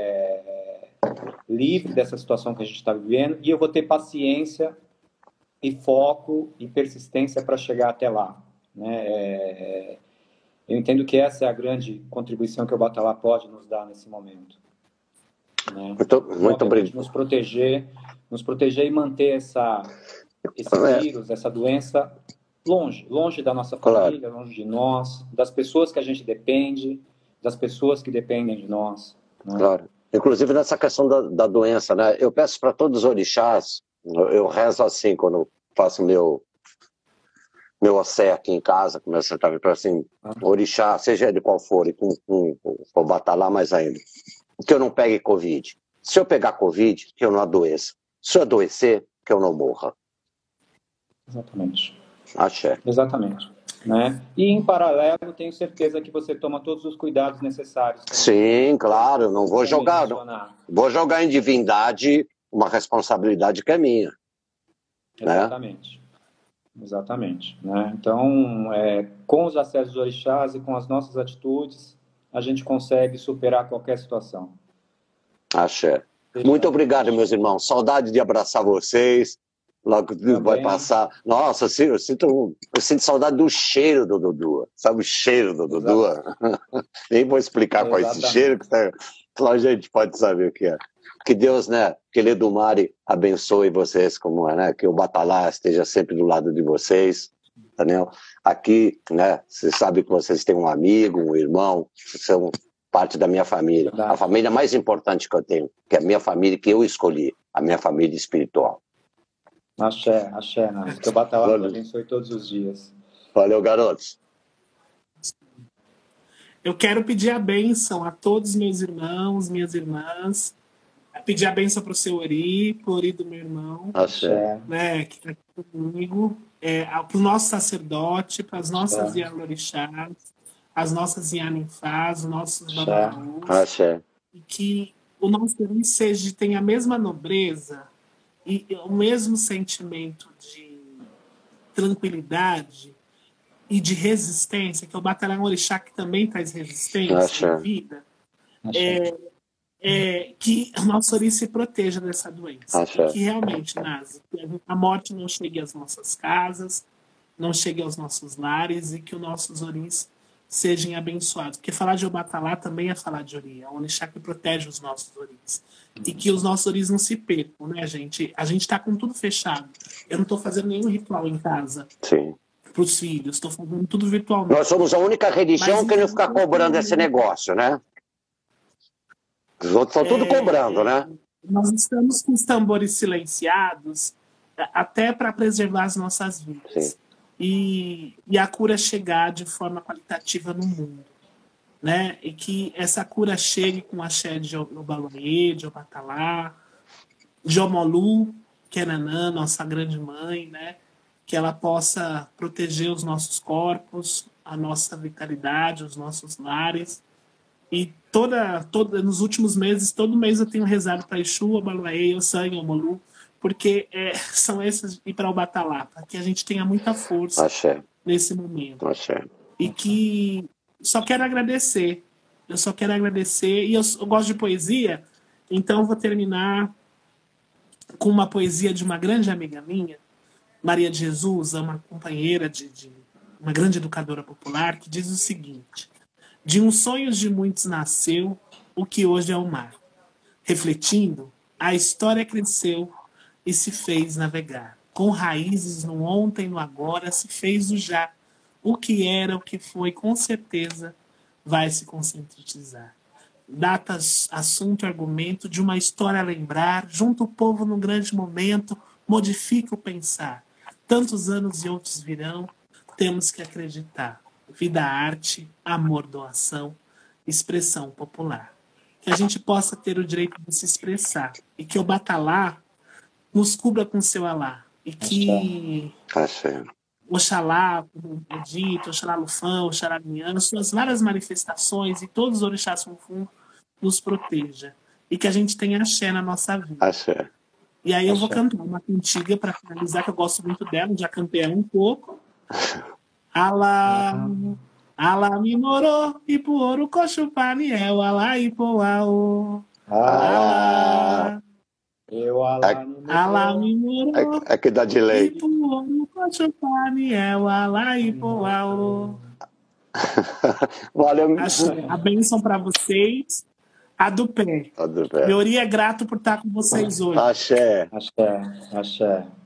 livre dessa situação que a gente está vivendo, e eu vou ter paciência e foco e persistência para chegar até lá, né? Eu entendo que essa é a grande contribuição que o Batalá pode nos dar nesse momento, né? Muito obrigado. Nos proteger e manter esse vírus, essa doença longe da nossa família, claro, longe de nós, das pessoas que a gente depende, das pessoas que dependem de nós, né? Claro. Inclusive nessa questão da doença, né? Eu peço para todos os orixás, eu rezo assim quando faço meu ossé aqui em casa, começa a estar assim, orixá, seja ele qual for, e com o Batalá mais ainda, que eu não pegue Covid. Se eu pegar Covid, que eu não adoeça. Se eu adoecer, que eu não morra. Exatamente. Axé. Exatamente. né? E, em paralelo, tenho certeza que você toma todos os cuidados necessários. Sim, claro, não vou Como jogar, mencionar. vou jogar em divindade uma responsabilidade que é minha. Exatamente. Exatamente. Né? Então, com os acessos dos orixás e com as nossas atitudes, a gente consegue superar qualquer situação. Axé. Muito obrigado, meus irmãos. Saudade de abraçar vocês. Logo tudo vai passar. Nossa, eu sinto saudade do cheiro do Dudu. Sabe o cheiro do Dudu? Nem vou explicar qual é esse cheiro, que só a gente pode saber o que é. Que Deus, né, que Ledumare abençoe vocês, como é, né? Que o Batalá esteja sempre do lado de vocês, entendeu? Aqui, né, você sabe que vocês têm um amigo, um irmão, são parte da minha família. Verdade. A família mais importante que eu tenho, que é a minha família que eu escolhi, a minha família espiritual. Axé, né? Que o Batalá abençoe todos os dias. Valeu, garotos. Eu quero pedir a bênção a todos meus irmãos, minhas irmãs, pedir a bênção para o seu Ori, para o Ori do meu irmão, né, que está aqui comigo, para o nosso sacerdote, para as nossas Ialorixás, as nossas Ianinfás, os nossos Babalus, e que o nosso Ori tenha a mesma nobreza e o mesmo sentimento de tranquilidade e de resistência, que é o Batalá é um orixá que também traz resistência e vida, que o nosso Ori se proteja dessa doença. E que realmente, Nazi, a morte não chegue às nossas casas, não chegue aos nossos lares e que os nossos Oris sejam abençoados. Porque falar de Obatalá também é falar de Ori, é um orixá que protege os nossos Oris. E que os nossos Oris não se percam, né, gente? A gente está com tudo fechado. Eu não estou fazendo nenhum ritual em casa. Sim. Para os filhos, estou fazendo tudo virtualmente. Nós somos a única religião que não fica cobrando esse negócio, né? Os outros estão tudo cobrando, né? Nós estamos com os tambores silenciados até para preservar as nossas vidas. E a cura chegar de forma qualitativa no mundo. Né? E que essa cura chegue com a axé de Obaluayê, de Obatalá, de Omolu, que é Nanã, nossa grande mãe, né? Que ela possa proteger os nossos corpos, a nossa vitalidade, os nossos lares. E nos últimos meses, todo mês eu tenho rezado para Exu, Obaluayê, Ossan e Omolu, porque são esses, e para o Batalá, para que a gente tenha muita força nesse momento. E que só quero agradecer. Eu só quero agradecer. E eu gosto de poesia, então eu vou terminar com uma poesia de uma grande amiga minha, Maria de Jesus, uma companheira de uma grande educadora popular, que diz o seguinte: de uns sonhos de muitos nasceu o que hoje é o mar. Refletindo, a história cresceu e se fez navegar. Com raízes no ontem e no agora se fez o já. O que era, o que foi, com certeza vai se concretizar. Datas, assunto, argumento de uma história a lembrar, junta o povo num grande momento, modifica o pensar. Tantos anos e outros virão, temos que acreditar. Vida, arte, amor, doação, expressão popular. Que a gente possa ter o direito de se expressar. E que o Batalá nos cubra com seu Alá. E que Oxalá, como é dito, Oxalá Lufã, Oxalá Miana, suas várias manifestações e todos os orixás Funfun nos proteja. E que a gente tenha axé na nossa vida. E aí eu vou cantar uma cantiga para finalizar, que eu gosto muito dela, já cantei ela um pouco. Alá, Alá me morou, e por ouro coxo paniel, Alá e poau. Alá, Alá me morou, é que dá de lei. e por ouro coxo paniel, Alá e poau. Valeu. A bênção para vocês. A do pé. Meu Ori é grato por estar com vocês hoje. Axé. Axé.